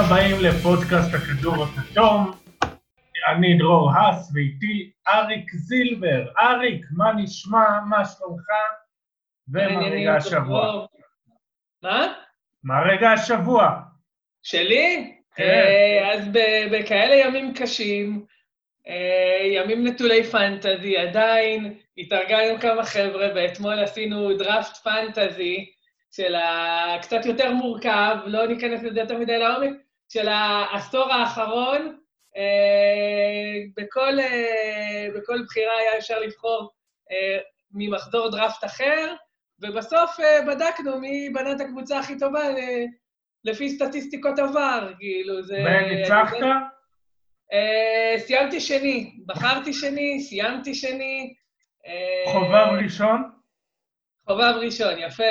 הבאים לפודקאסט הכדור הכתום. אני דרור האס ואיתי אריק זילבר. אריק, מה נשמע? מה שלומך? ומה רגע השבוע? מה רגע השבוע? שלי? כן. אז בכאלה ימים קשים, ימים נטולי פנטזי, עדיין התארגנו כמה חבר'ה, ואתמול עשינו דראפט פנטזי של קצת יותר מורכב, לא ניכנס לזה יותר מדי לעומק, של העשור האחרון. בכל בחירה היה אפשר לבחור ממחזור דראפט אחר, ובסוף בדקנו מי בנה את הקבוצה הכי טובה לפי סטטיסטיקות עבר, כאילו זה... וניצחת? סיימתי שני, בחרתי שני, סיימתי שני. חובב ראשון? חובב ראשון, יפה.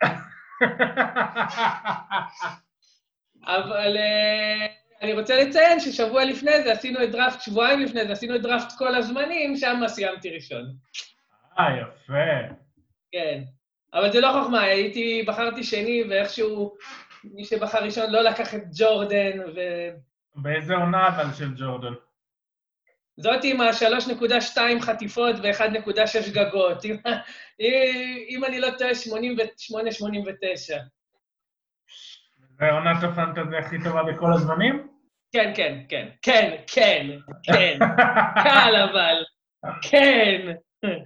אבל אני רוצה לציין ששבוע לפני זה עשינו את דראפט, שבועיים לפני זה עשינו את דראפט כל הזמנים, שם סיימתי ראשון. יפה. כן, אבל זה לא חוכמה, בחרתי שני, ואיכשהו מי שבחר ראשון לא לקח את ג'ורדן, באיזה עונה אבל של ג'ורדן? זאת עם ה-3.2 חטיפות ו-1.6 גגות. אם אני לא טועה, 88-89. זה עונת הפנטזיה הכי טובה בכל הזמנים? כן. קל אבל. כן.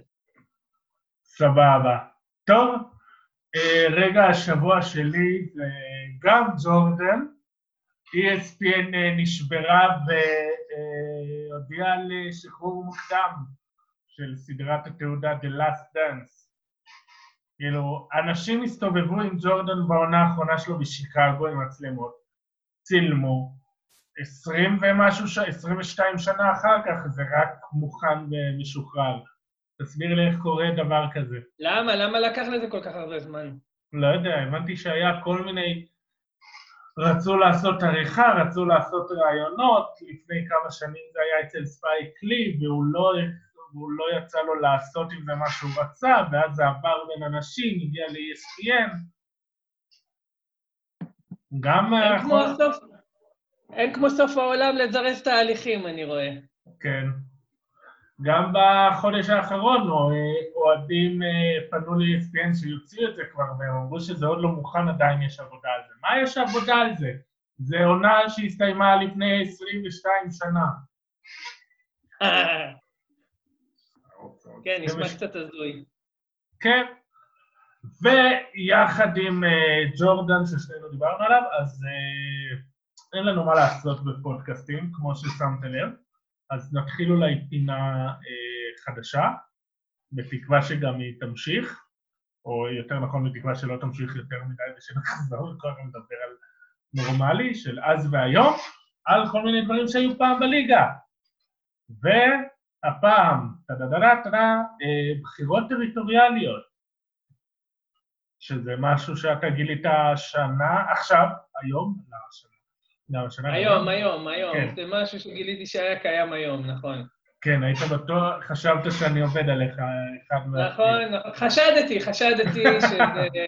סבבה. טוב, רגע השבוע שלי זה גם ג'ורדן. ESPN נשברה והודיעה על שחרור מוקדם של סדרת התעודה The Last Dance. כאילו, אנשים הסתובבו עם ג'ורדן בעונה האחרונה שלו בשיקגו עם מצלמות, צילמו, 22 שנה אחר כך זה רק מוכן ומשוחרר. תסביר לי איך קורה דבר כזה. למה? למה לקח לזה כל כך הרבה זמן? לא יודע, הבנתי שהיה כל מיני... רצו לעשות עריכה, רצו לעשות רעיונות, לפני כמה שנים זה היה אצל ספייק לי, והוא לא יצא לו לעשות עם זה מה שהוא רצה, ואז זה עבר בין אנשים, הגיע ל-ESPN. גם... אין כמו סוף העולם לזרז תהליכים, אני רואה. כן. גם בחודש האחרון, אוהדים פנו ל-ESPN שיוציאו את זה כבר, והם אמרו שזה עוד לא מוכן, עדיין יש עבודה על זה. מה יש עבודה על זה? זה עונה שהסתיימה לפני 22 שנה. כן, נשמע קצת הזוי. כן. ויחד עם ג'ורדן ששנינו דיברנו עליו, אז אין לנו מה לעשות בפודקאסטים, כמו ששמת לב. אז נתחיל אולי פינה חדשה, בתקווה שגם היא תמשיך, או יותר נכון בתקווה שלא תמשיך יותר מדי ושנחזור וכל כך מדבר על נורמלי של אז והיום, על כל מיני דברים שהיו פעם בליגה. והפעם, בחירות טריטוריאליות, שזה משהו שאתה גילית שנה, עכשיו, היום, היום. כן. זה משהו שגיליתי שהיה קיים היום, נכון. כן, היית בטוח, חשבת שאני עובד עליך אחד נכון, חשדתי שזה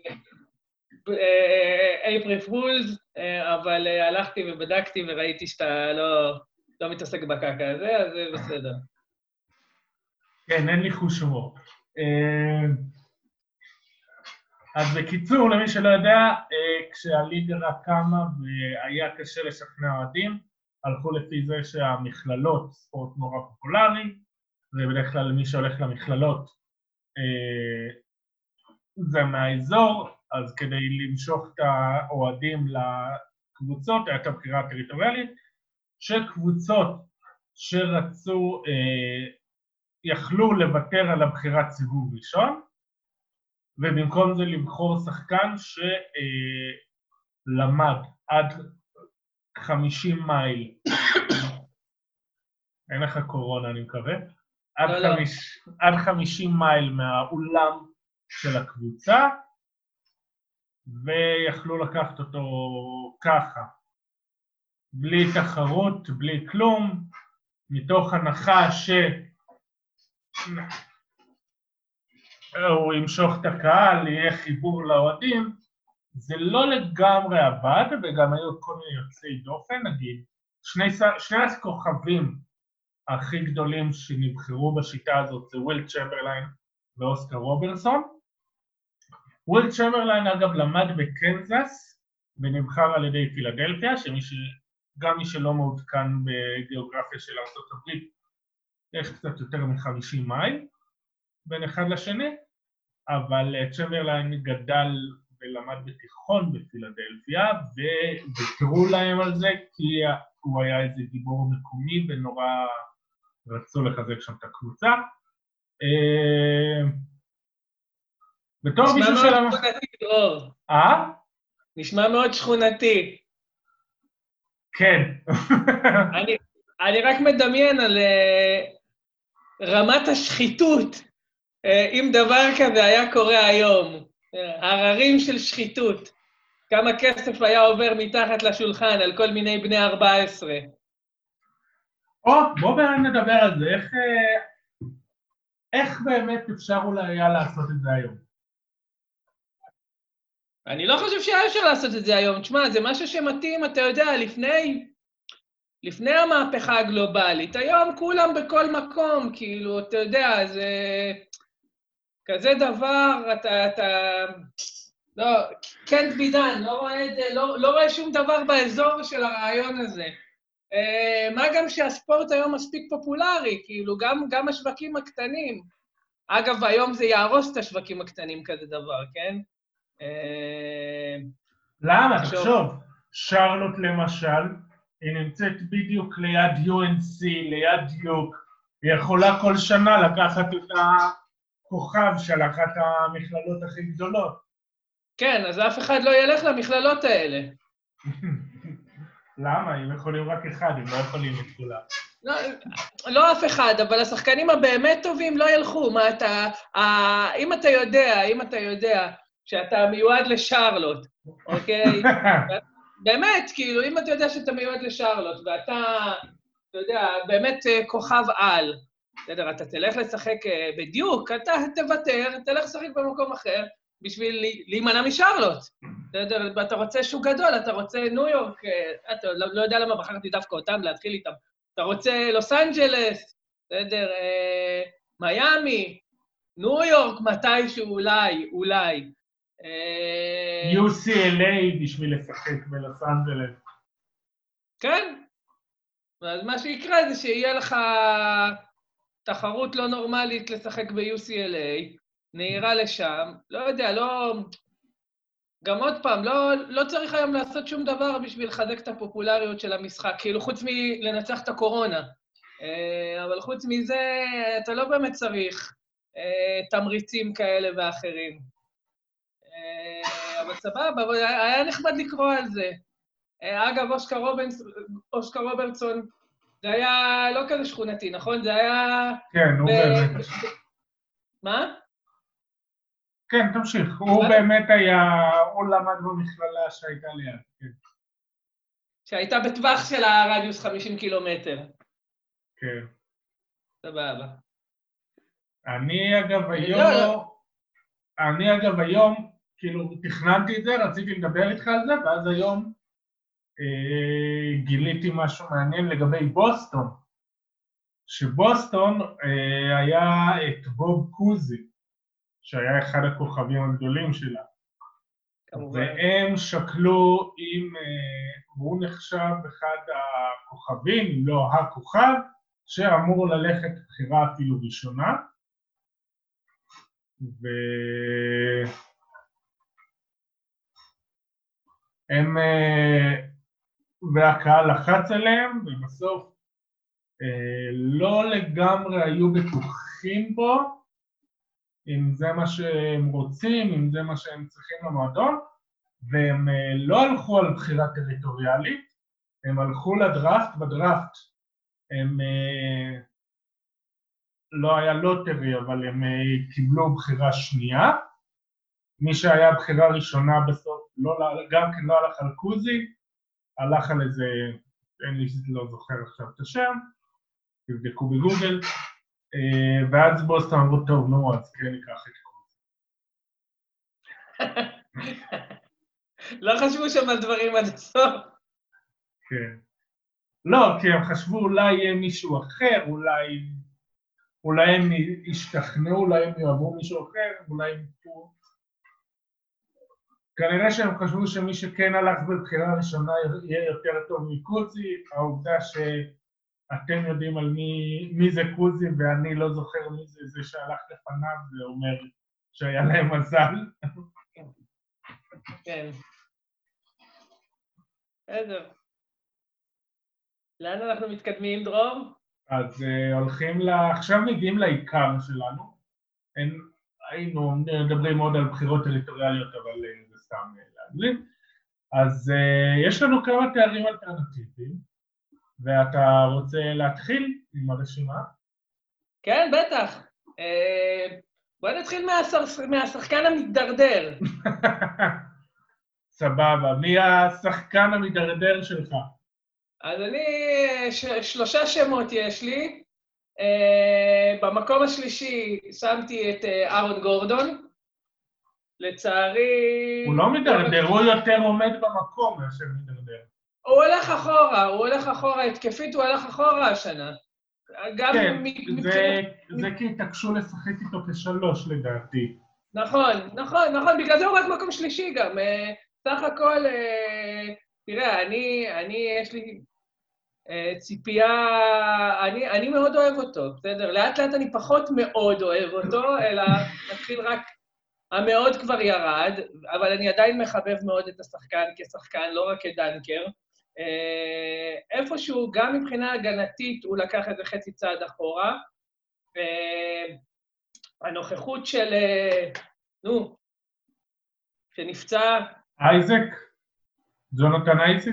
April Fools, אבל הלכתי ובדקתי וראיתי שאתה לא מתעסק בקקה הזה, אז זה בסדר. כן, אין לי חוש הומור. אז בקיצור, למי שלא יודע, כשהליגה רק קמה והיה קשה לשכנע אוהדים, הלכו לפי זה שהמכללות ספורט נורא פופולרי, ובדרך כלל מי שהולך למכללות זה מהאזור, אז כדי למשוך את האוהדים לקבוצות, הייתה בחירה טריטוריאלית, שקבוצות שרצו, יכלו לוותר על הבחירת סיבוב ראשון, ובמקום זה לבחור שחקן שלמד עד 50 מייל. אין לך קורונה, אני מקווה. עד 50 מייל מהאולם של הקבוצה, ויכלו לקחת אותו ככה, בלי תחרות, בלי כלום, מתוך הנחה הוא ימשוך את הקהל, יהיה חיבור לאוהדים, זה לא לגמרי עבד, וגם היו כל מיני יוצאי דופן, נגיד, שני הכוכבים הכי גדולים שנבחרו בשיטה הזאת זה וויל צ'מברליין ואוסקר רוברטסון. וויל צ'מברליין אגב למד בקנזס ונבחר על ידי פילדלפיה, גם מי שלא מעודכן בגיאוגרפיה של ארצות הברית, יש קצת יותר מ-50 מייל בין אחד לשני, אבל צ'מברליין גדל ולמד בתיכון בפילדלפיה, וויתרו להם על זה כי הוא היה איזה גיבור מקומי ונורא רצו לחזק שם את הקבוצה. בתור מישהו של... נשמע מאוד שכונתי, דרור. נשמע מאוד שכונתי. כן. אני רק מדמיין על רמת השחיתות, אם דבר כזה היה קורה היום, הררים של שחיתות, כמה כסף היה עובר מתחת לשולחן על כל מיני בני 14. בוא באמת נדבר על זה, איך באמת אפשר אולי היה לעשות את זה היום? אני לא חושב שהיה אפשר לעשות את זה היום, תשמע, זה משהו שמתאים, אתה יודע, לפני המהפכה הגלובלית, היום כולם בכל מקום, כאילו, אתה יודע, זה כזה דבר, אתה לא, can't be done, לא רואה שום דבר באזור של הרעיון הזה. מה גם שהספורט היום מספיק פופולרי, כאילו, גם השווקים הקטנים. אגב, היום זה יהרוס את השווקים הקטנים כזה דבר, כן? למה? תחשוב, שרלוט למשל, היא נמצאת בדיוק ליד UNC, ליד דיוק, היא יכולה כל שנה לקחת את הכוכב של אחת המכללות הכי גדולות. כן, אז אף אחד לא ילך למכללות האלה. למה? הם יכולים רק אחד, הם לא יכולים את כולם. לא אף אחד, אבל השחקנים הבאמת טובים לא ילכו. מה אתה... אם אתה יודע שאתה מיועד לשרלוט, אוקיי? באמת, כאילו, אם אתה יודע שאתה מיועד לשרלוט, ואתה, אתה יודע, באמת כוכב על, בסדר, אתה תלך לשחק בדיוק, אתה תוותר, תלך לשחק במקום אחר, בשביל להימנע משרלוט. בסדר, אתה רוצה שוק גדול, אתה רוצה ניו יורק, אתה לא יודע למה בחרתי דווקא אותם, להתחיל איתם. אתה רוצה לוס אנג'לס, בסדר, מיאמי, ניו יורק, מתישהו, אולי. UCLA בשביל לשחק בלוס אנג'לס. כן. אז מה שיקרה זה שיהיה לך תחרות לא נורמלית לשחק ב-UCLA, נהירה לשם, לא יודע, גם עוד פעם, לא צריך היום לעשות שום דבר בשביל לחזק את הפופולריות של המשחק, כאילו חוץ מלנצח את הקורונה. אבל חוץ מזה, אתה לא באמת צריך תמריצים כאלה ואחרים. אבל סבבה, אבל היה נחמד לקרוא על זה. אגב, אוסקר רוברטסון, זה היה לא כזה שכונתי, נכון? זה היה... כן, הוא באמת. מה? כן, תמשיך. הוא באמת היה, הוא למד במכללה שהייתה ליד, כן. שהייתה בטווח של הרדיוס 50 קילומטר. כן. סבבה. אני אגב היום, כאילו תכננתי את זה, רציתי לדבר איתך על זה, ואז היום גיליתי משהו מעניין לגבי בוסטון. שבוסטון היה את בוב קוזי, שהיה אחד הכוכבים הגדולים שלה. כמובן. והם שקלו אם הוא נחשב אחד הכוכבים, אם לא הכוכב, שאמור ללכת בחירה אפילו ראשונה. והקהל לחץ עליהם, ובסוף לא לגמרי היו בטוחים בו, אם זה מה שהם רוצים, אם זה מה שהם צריכים למועדון, והם לא הלכו על בחירה טריטוריאלית, הם הלכו לדראפט, בדראפט הם לא היה לוטרי, אבל הם קיבלו בחירה שנייה, מי שהיה בחירה ראשונה בסוף, גם כן לא הלך על קוזי, הלך על איזה, לא זוכר עכשיו את השם, תבדקו בגוגל, ואז בוסטון אמרו, טוב, נו, אז כן ניקח את קוזי. לא חשבו שם על דברים עד הסוף. כן. לא, כי הם חשבו אולי יהיה מישהו אחר, אולי הם ישתכנעו, אולי הם יאהבו מישהו אחר, אולי הם... כנראה שהם חשבו שמי שכן הלך בבחירה ראשונה יהיה יותר טוב מקוזי, העובדה שאתם יודעים על מי זה קוזי ואני לא זוכר מי זה שהלך לפניו, זה אומר שהיה להם מזל. כן. בסדר. לאן אנחנו מתקדמים, דרור? אז עכשיו מגיעים לעיקר שלנו. היינו מדברים עוד על בחירות טריטוריאליות, אבל זה סתם להגליב. אז יש לנו כמה תארים אלטרנטיביים, ואתה רוצה להתחיל עם הרשימה? כן, בטח. בוא נתחיל מהשחקן המתדרדר. סבבה, מי השחקן המתדרדר שלך? אז אני, 3 שמות יש לי. במקום השלישי שמתי את אהרון גורדון. לצערי... הוא לא מתדרדר, הוא יותר עומד במקום מאשר מתדרדר. הוא הולך אחורה, התקפית הוא הולך אחורה השנה. כן, זה כי התעקשו לשחק איתו כ3 לדעתי. נכון, בגלל זה הוא רק מקום שלישי גם. סך הכל, תראה, יש לי ציפייה, אני מאוד אוהב אותו, בסדר? לאט לאט אני פחות מאוד אוהב אותו, אלא נתחיל רק, המאוד כבר ירד, אבל אני עדיין מחבב מאוד את השחקן כשחקן, לא רק כדנקר. איפשהו, גם מבחינה הגנתית, הוא לקח את זה חצי צעד אחורה. הנוכחות של, שנפצע... אייזק? ג'ונתן אייזק?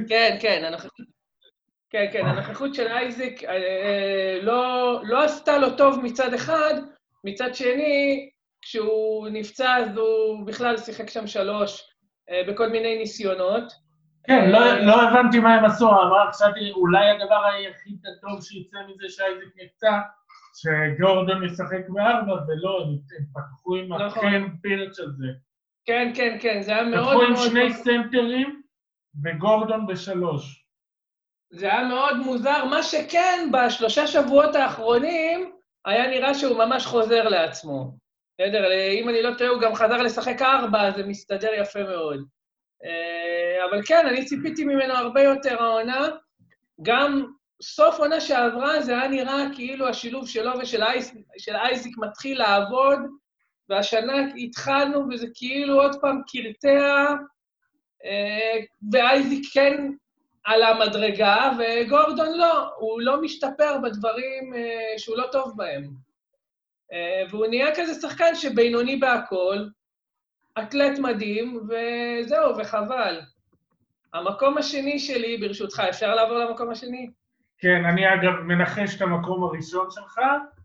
כן, הנוכחות של אייזק לא עשתה לו טוב מצד אחד, מצד שני, כשהוא נפצע אז הוא בכלל שיחק שם 3 בכל מיני ניסיונות. כן, לא הבנתי מה הם עשו, אבל חשבתי אולי הדבר היחיד הטוב שיצא מזה שאייזק נפצע, שגורדון ישחק ב4, ולא, הם פתחו עם הקן פירץ' על זה. כן, זה היה מאוד מאוד... פתחו עם 2 סנטרים וגורדון ב3. זה היה מאוד מוזר, מה שכן, ב3 שבועות האחרונים, היה נראה שהוא ממש חוזר לעצמו. בסדר, אם אני לא טועה, הוא גם חזר לשחק 4, זה מסתדר יפה מאוד. אבל כן, אני ציפיתי ממנו הרבה יותר העונה. גם סוף עונה שעברה, זה היה נראה כאילו השילוב שלו ושל אייזיק מתחיל לעבוד, והשנה התחלנו וזה כאילו עוד פעם קרטע, ואייזיק כן על המדרגה, וגורדון לא, הוא לא משתפר בדברים שהוא לא טוב בהם. והוא נהיה כזה שחקן שבינוני בהכל, אתלט מדהים, וזהו, וחבל. המקום השני שלי, ברשותך, אפשר לעבור למקום השני? כן, אני אגב מנחש את המקום הראשון שלך,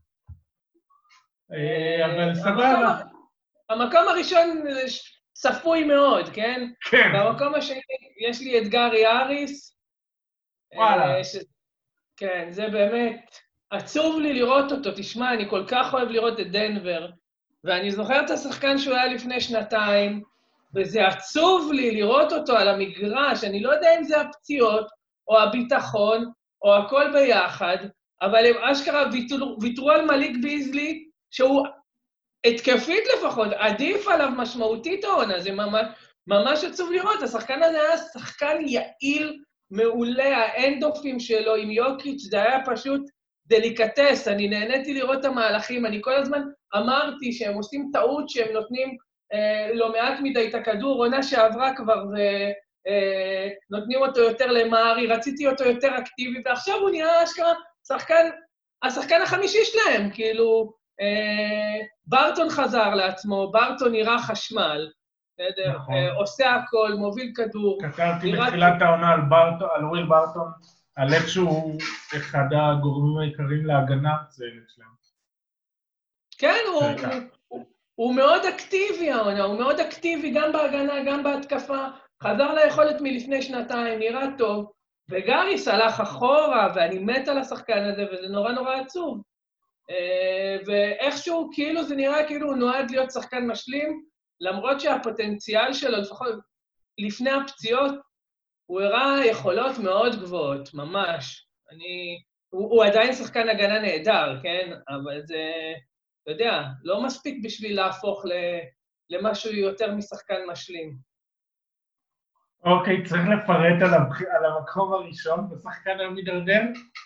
אבל סבבה. המקום הראשון צפוי מאוד, כן? כן. במקום השני יש לי את גארי אריס. וואלה. כן, זה באמת עצוב לי לראות אותו. תשמע, אני כל כך אוהב לראות את דנבר, ואני זוכר את השחקן שהוא היה לפני 2, וזה עצוב לי לראות אותו על המגרש. אני לא יודע אם זה הפציעות, או הביטחון, או הכל ביחד, אבל הם אשכרה ויתרו על מליק ביזלי, שהוא התקפית לפחות, עדיף עליו משמעותית העונה, זה ממש עצוב לראות. השחקן הזה היה שחקן יעיל, מעולה, האנדופים שלו עם יוקיץ', זה היה פשוט דליקטס, אני נהניתי לראות את המהלכים, אני כל הזמן אמרתי שהם עושים טעות, שהם נותנים לא מעט מדי את הכדור, עונה שעברה כבר, נותנים אותו יותר למארי, רציתי אותו יותר אקטיבי, ועכשיו הוא נראה אשכרה השחקן החמישי שלהם, כאילו, ברטון חזר לעצמו, ברטון נראה חשמל, עושה הכל, מוביל כדור. כתבתי בתחילת העונה על וויל ברטון, על איך שהוא אחד הגורמים העיקריים להגנה מצוינת שלהם. כן, הוא מאוד אקטיבי העונה, הוא מאוד אקטיבי גם בהגנה, גם בהתקפה, חזר ליכולת מלפני 2, נראה טוב, וגאריס הלך אחורה, ואני מת על השחקן הזה, וזה נורא נורא עצוב. ואיכשהו, כאילו זה נראה כאילו הוא נועד להיות שחקן משלים, למרות שהפוטנציאל שלו, לפחות לפני הפציעות, הוא הראה יכולות מאוד גבוהות, ממש. הוא עדיין שחקן הגנה נהדר, כן? אבל זה, אתה יודע, לא מספיק בשביל להפוך למשהו יותר משחקן משלים. אוקיי, צריך לפרט על המקום הראשון בשחקן המדרדר?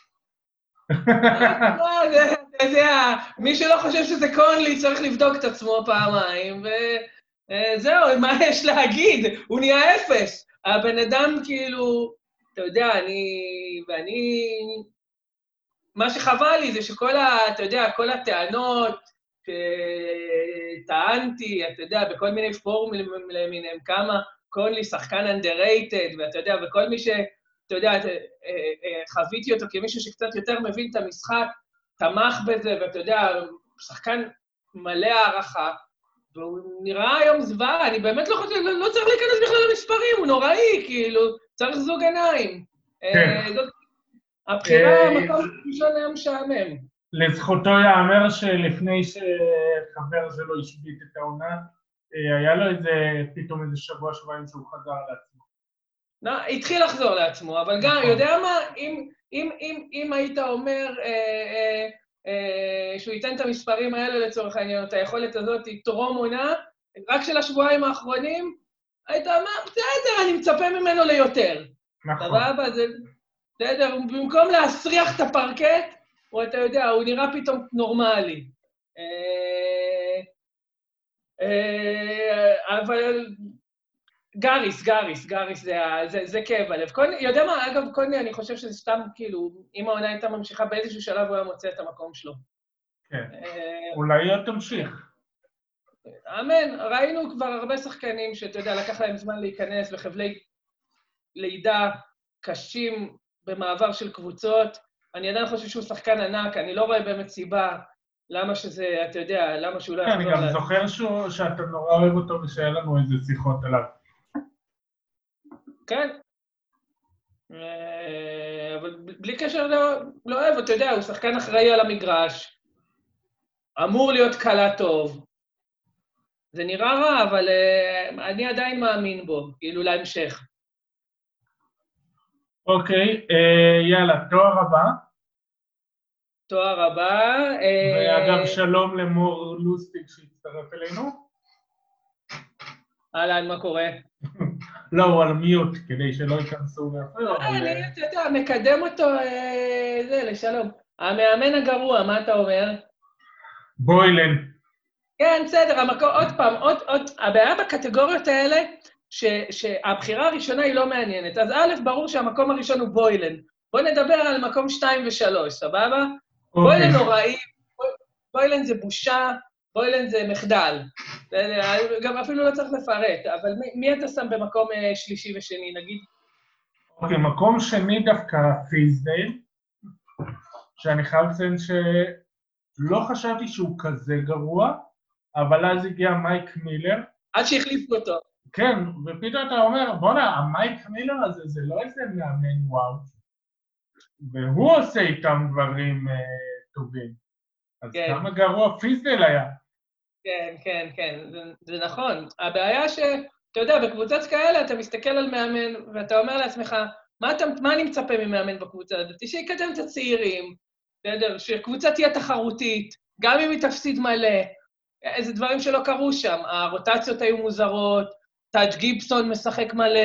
אתה יודע, מי שלא חושב שזה קונלי צריך לבדוק את עצמו פעמיים, וזהו, מה יש להגיד? הוא נהיה אפס. הבן אדם כאילו, אתה יודע, מה שחבל לי זה שכל אתה יודע, כל הטענות שטענתי, אתה יודע, בכל מיני פורומים למיניהם, כמה קונלי שחקן underrated, ואתה יודע, וכל מי אתה יודע, חוויתי אותו כמישהו שקצת יותר מבין את המשחק, תמך בזה, ואתה יודע, שחקן מלא הערכה, והוא נראה היום זוועה, אני באמת לא צריך להיכנס בכלל למספרים, הוא נוראי, כאילו, צריך זוג עיניים. הבחירה המקום ראשון היה משעמם. לזכותו יאמר שלפני שחבר שלו השביט את העונה, היה לו פתאום איזה שבועיים שהוא חזר לעצמו. התחיל לחזור לעצמו, אבל גם, יודע מה, אם היית אומר שהוא ייתן את המספרים האלה לצורך העניין, את היכולת הזאת, טרום עונה, רק של השבועיים האחרונים, היית אומר, בסדר, אני מצפה ממנו ליותר. נכון. סבבה, זה בסדר, במקום להסריח את הפרקט, או אתה יודע, הוא נראה פתאום נורמלי. אבל גאריס, זה כאב הלב. יודע מה, אגב, קוני, אני חושב שזה סתם, כאילו, אם העונה הייתה ממשיכה באיזשהו שלב, הוא היה מוצא את המקום שלו. כן, אולי היא תמשיך. אמן, ראינו כבר הרבה שחקנים שאתה יודע, לקח להם זמן להיכנס בחבלי לידה קשים במעבר של קבוצות. אני עדיין חושב שהוא שחקן ענק, אני לא רואה באמת סיבה למה שזה, אתה יודע, למה שהוא לא יחזור. אני גם זוכר שאתה נורא אוהב אותו ושהיה לנו איזה שיחות עליו. כן. אבל בלי קשר לא אוהב, אתה יודע, הוא שחקן אחראי על המגרש, אמור להיות קלה טוב. זה נראה רע, אבל אני עדיין מאמין בו, כאילו להמשך. אוקיי, יאללה, תואר הבא. תואר הבא. ואגב, שלום למור לוסטיק שהצטרף אלינו. אהלן, מה קורה? לא, הוא על מיוט, כדי שלא ייכנסו להפריע. אני, אתה יודע, מקדם אותו, לשלום. המאמן הגרוע, מה אתה אומר? בוילן. כן, בסדר, עוד פעם, הבעיה בקטגוריות האלה, שהבחירה הראשונה היא לא מעניינת. אז א', ברור שהמקום הראשון הוא בוילן. בוא נדבר על מקום 2 ו-3, סבבה? בוילן נוראי, בוילן זה בושה, בוילן זה מחדל. גם אפילו לא צריך לפרט, אבל מי אתה שם במקום שלישי ושני, נגיד? אוקיי, מקום שני דווקא פיזדייל, שאני חייב לציין שלא חשבתי שהוא כזה גרוע, אבל אז הגיע מייק מילר. עד שהחליפו אותו. כן, ופתאום אתה אומר, בוא'נה, המייק מילר הזה זה לא איזה מאמן וואו, והוא עושה איתם דברים טובים. אז כמה גרוע פיזדייל היה. כן, זה נכון. הבעיה שאתה יודע, בקבוצות כאלה אתה מסתכל על מאמן, ואתה אומר לעצמך, מה אני מצפה ממאמן בקבוצה הזאת? שיקדם את הצעירים, בסדר? שקבוצה תהיה תחרותית, גם אם היא תפסיד מלא. איזה דברים שלא קרו שם. הרוטציות היו מוזרות, טאג' גיבסון משחק מלא,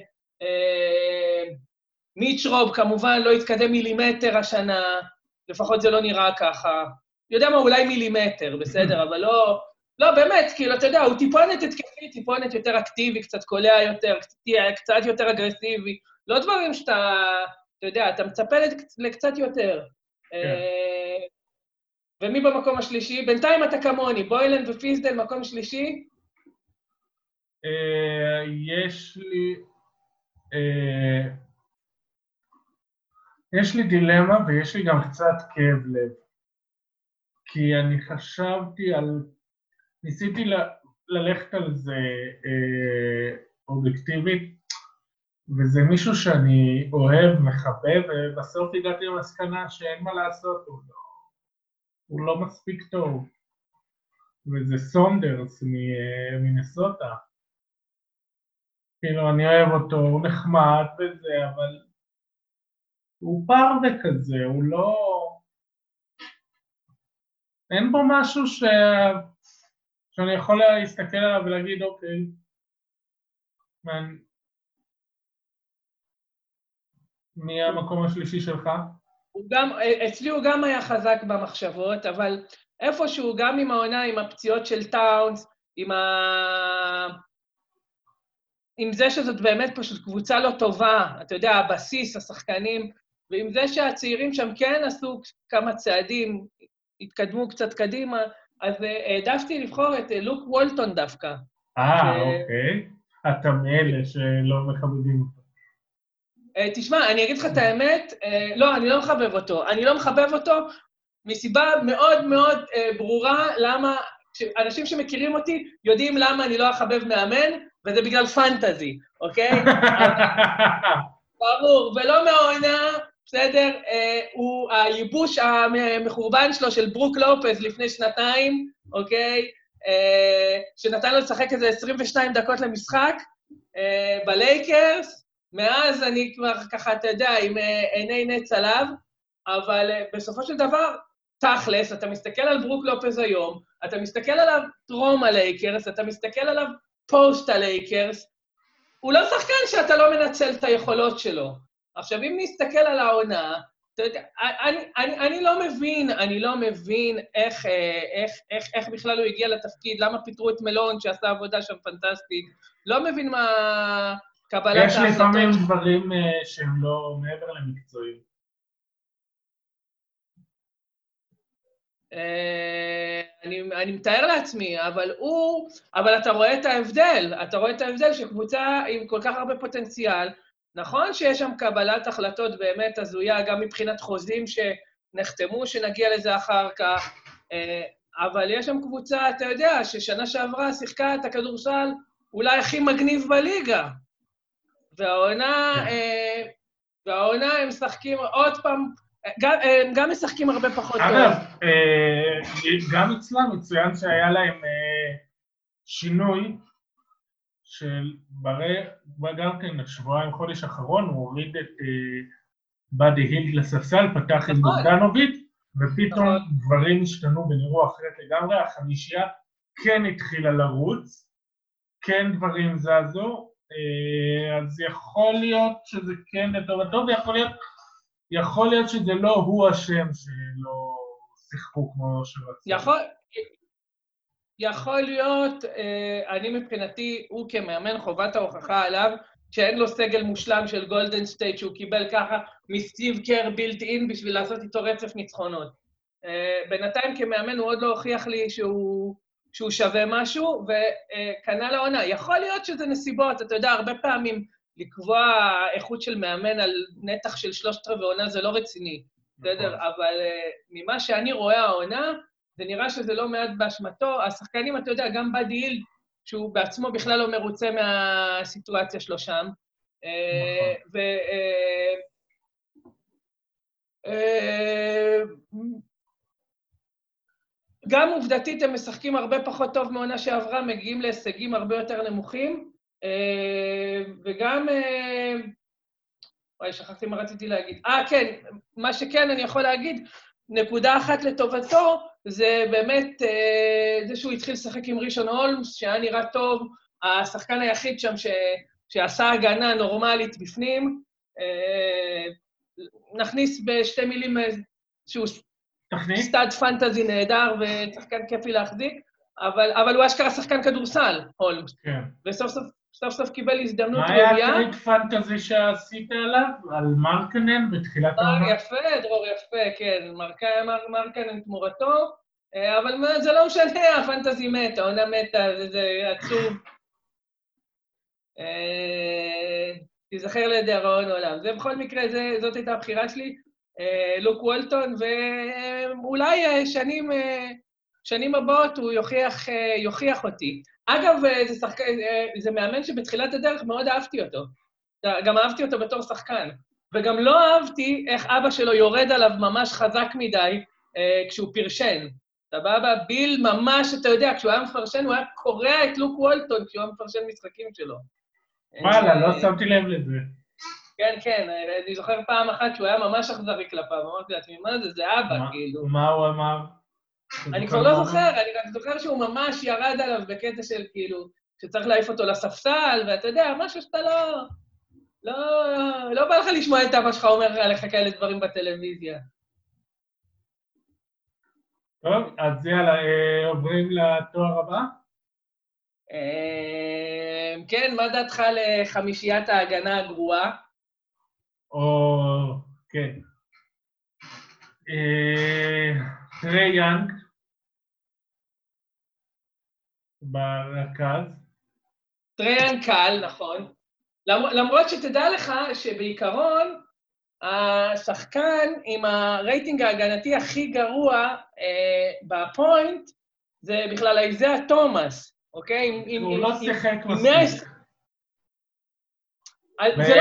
מיץ' רוב כמובן לא התקדם מילימטר השנה, לפחות זה לא נראה ככה. יודע מה, אולי מילימטר, בסדר, אבל לא, באמת, כאילו, אתה יודע, הוא טיפונת התקפית, טיפונת יותר אקטיבי, קצת קולע יותר, קצת יותר אגרסיבי, לא דברים שאתה, אתה יודע, אתה מצפה לקצת יותר. ומי במקום השלישי? בינתיים אתה כמוני, בוילן ופיזדל, מקום שלישי? יש לי דילמה ויש לי גם קצת כאב לב. כי אני חשבתי ניסיתי ללכת על זה אובייקטיבית, וזה מישהו שאני אוהב, מחבב, ובסוף הגעתי למסקנה שאין מה לעשות, הוא לא מספיק טוב. וזה סונדרס ממינסוטה. כאילו, אני אוהב אותו, הוא נחמד וזה, אבל הוא פרווה כזה, הוא לא... אין בו משהו שאני יכול להסתכל עליו ולהגיד, אוקיי, מי המקום השלישי שלך? אצלי הוא גם היה חזק במחשבות, אבל איפשהו, גם עם העונה, עם הפציעות של טאונס, עם זה שזאת באמת פשוט קבוצה לא טובה, אתה יודע, הבסיס, השחקנים, ועם זה שהצעירים שם כן עשו כמה צעדים, התקדמו קצת קדימה, אז העדפתי לבחור את לוק וולטון דווקא. אוקיי. אתה מאלה שלא מכבדים אותו. תשמע, אני אגיד לך את האמת, לא, אני לא מחבב אותו. אני לא מחבב אותו מסיבה מאוד מאוד ברורה למה, אנשים שמכירים אותי יודעים למה אני לא אחבב מאמן, וזה בגלל פנטזי, אוקיי? ברור, ולא מהעונה, בסדר? הוא הייבוש המחורבן שלו של ברוק לופז לפני שנתיים, אוקיי? שנתן לו לשחק איזה 22 דקות למשחק בלייקרס, מאז אני כבר ככה, אתה יודע, עם עיני נץ עליו, אבל בסופו של דבר, תכלס, אתה מסתכל על ברוק לופז היום, אתה מסתכל עליו טרום הלייקרס, אתה מסתכל עליו פוסט הלייקרס, הוא לא שחקן שאתה לא מנצל את היכולות שלו. עכשיו, אם נסתכל על העונה, אתה יודע, אני לא מבין איך בכלל הוא הגיע לתפקיד, למה פיטרו את מלון שעשה עבודה שם פנטסטית, לא מבין מה קבלת ההחלטות. יש לפעמים דברים שהם לא מעבר למקצועיים. אני מתאר לעצמי, אבל אתה רואה את ההבדל שקבוצה עם כל כך הרבה פוטנציאל, נכון שיש שם קבלת החלטות באמת הזויה, גם מבחינת חוזים שנחתמו, שנגיע לזה אחר כך, אבל יש שם קבוצה, אתה יודע, ששנה שעברה שיחקה את הכדורסל אולי הכי מגניב בליגה, והעונה הם משחקים עוד פעם, גם משחקים הרבה פחות טוב. אגב, גם אצלם מצוין שהיה להם שינוי של גם כן השבועיים חודש האחרון, הוא הוריד את באדי הילד לספסל, פתח עם בוגדנוביץ', ופתאום דברים השתנו ונראו אחרת לגמרי, החמישייה כן התחילה לרוץ, כן דברים זזו, אז יכול להיות שזה כן לטובתו, ויכול להיות שזה לא הוא השם שלא שיחקו כמו שרצו. יכול להיות, אני מבחינתי, הוא כמאמן חובת ההוכחה עליו, שאין לו סגל מושלם של גולדן סטייט, שהוא קיבל ככה מסטיב קר בילט אין בשביל לעשות איתו רצף ניצחונות. בינתיים כמאמן הוא עוד לא הוכיח לי שהוא שווה משהו, וכנ"ל העונה. יכול להיות שזה נסיבות, אתה יודע, הרבה פעמים לקבוע איכות של מאמן על נתח של 3/4 עונה זה לא רציני, בסדר? אבל ממה שאני רואה העונה, זה נראה שזה לא מעט באשמתו. השחקנים, אתה יודע, גם באדי הילד, שהוא בעצמו בכלל לא מרוצה מהסיטואציה שלו שם. גם עובדתית הם משחקים הרבה פחות טוב מעונה שעברה, מגיעים להישגים הרבה יותר נמוכים, וגם... וואי, שכחתי מה רציתי להגיד. כן, מה שכן אני יכול להגיד, נקודה אחת לטובתו, זה באמת זה שהוא התחיל לשחק עם ראשון הולמס, שהיה נראה טוב, השחקן היחיד שם שעשה הגנה נורמלית בפנים, נכניס בשתי מילים שהוא סטאד פנטזי נהדר ושחקן כיפי להחזיק, אבל הוא אשכרה שחקן כדורסל, הולמס. וסוף סוף קיבל הזדמנות ראויה. מה היה טריק פנטזי שעשית עליו? על מרקנן בתחילת העונה? יפה, דרור יפה, כן. מרקנן תמורתו, אבל זה לא משנה, הפנטזי מתה, העונה מתה, זה עצוב. תזכר לדיראון עולם. זה בכל מקרה, זאת הייתה הבחירה שלי, לוק וולטון, ואולי שנים הבאות הוא יוכיח אותי. אגב, זה מאמן שבתחילת הדרך מאוד אהבתי אותו. גם אהבתי אותו בתור שחקן. וגם לא אהבתי איך אבא שלו יורד עליו ממש חזק מדי כשהוא פרשן. סבבה? ביל ממש, אתה יודע, כשהוא היה מפרשן, הוא היה קורע את לוק וולטון כשהוא היה מפרשן משחקים שלו. וואלה, לא שמתי לב לזה. כן, כן, אני זוכר פעם אחת שהוא היה ממש אכזרי כלפיו, אמרתי לעצמי, מה זה, זה אבא, כאילו. מה הוא אמר? אני כבר לא זוכר, אני רק זוכר שהוא ממש ירד עליו בקטע של כאילו, שצריך להעיף אותו לספסל, ואתה יודע, משהו שאתה לא בא לך לשמוע את אבא שלך אומר עליך כאלה דברים בטלוויזיה. טוב, אז יאללה, עוברים לתואר הבא? כן, מה דעתך לחמישיית ההגנה הגרועה? כן. טרי יאנג ברכז. טרי יאנג קל, נכון. למרות שתדע לך שבעיקרון, השחקן עם הרייטינג ההגנתי הכי גרוע בפוינט, זה בכלל איזאה תומאס, אוקיי? הוא לא שיחק מספיק. זה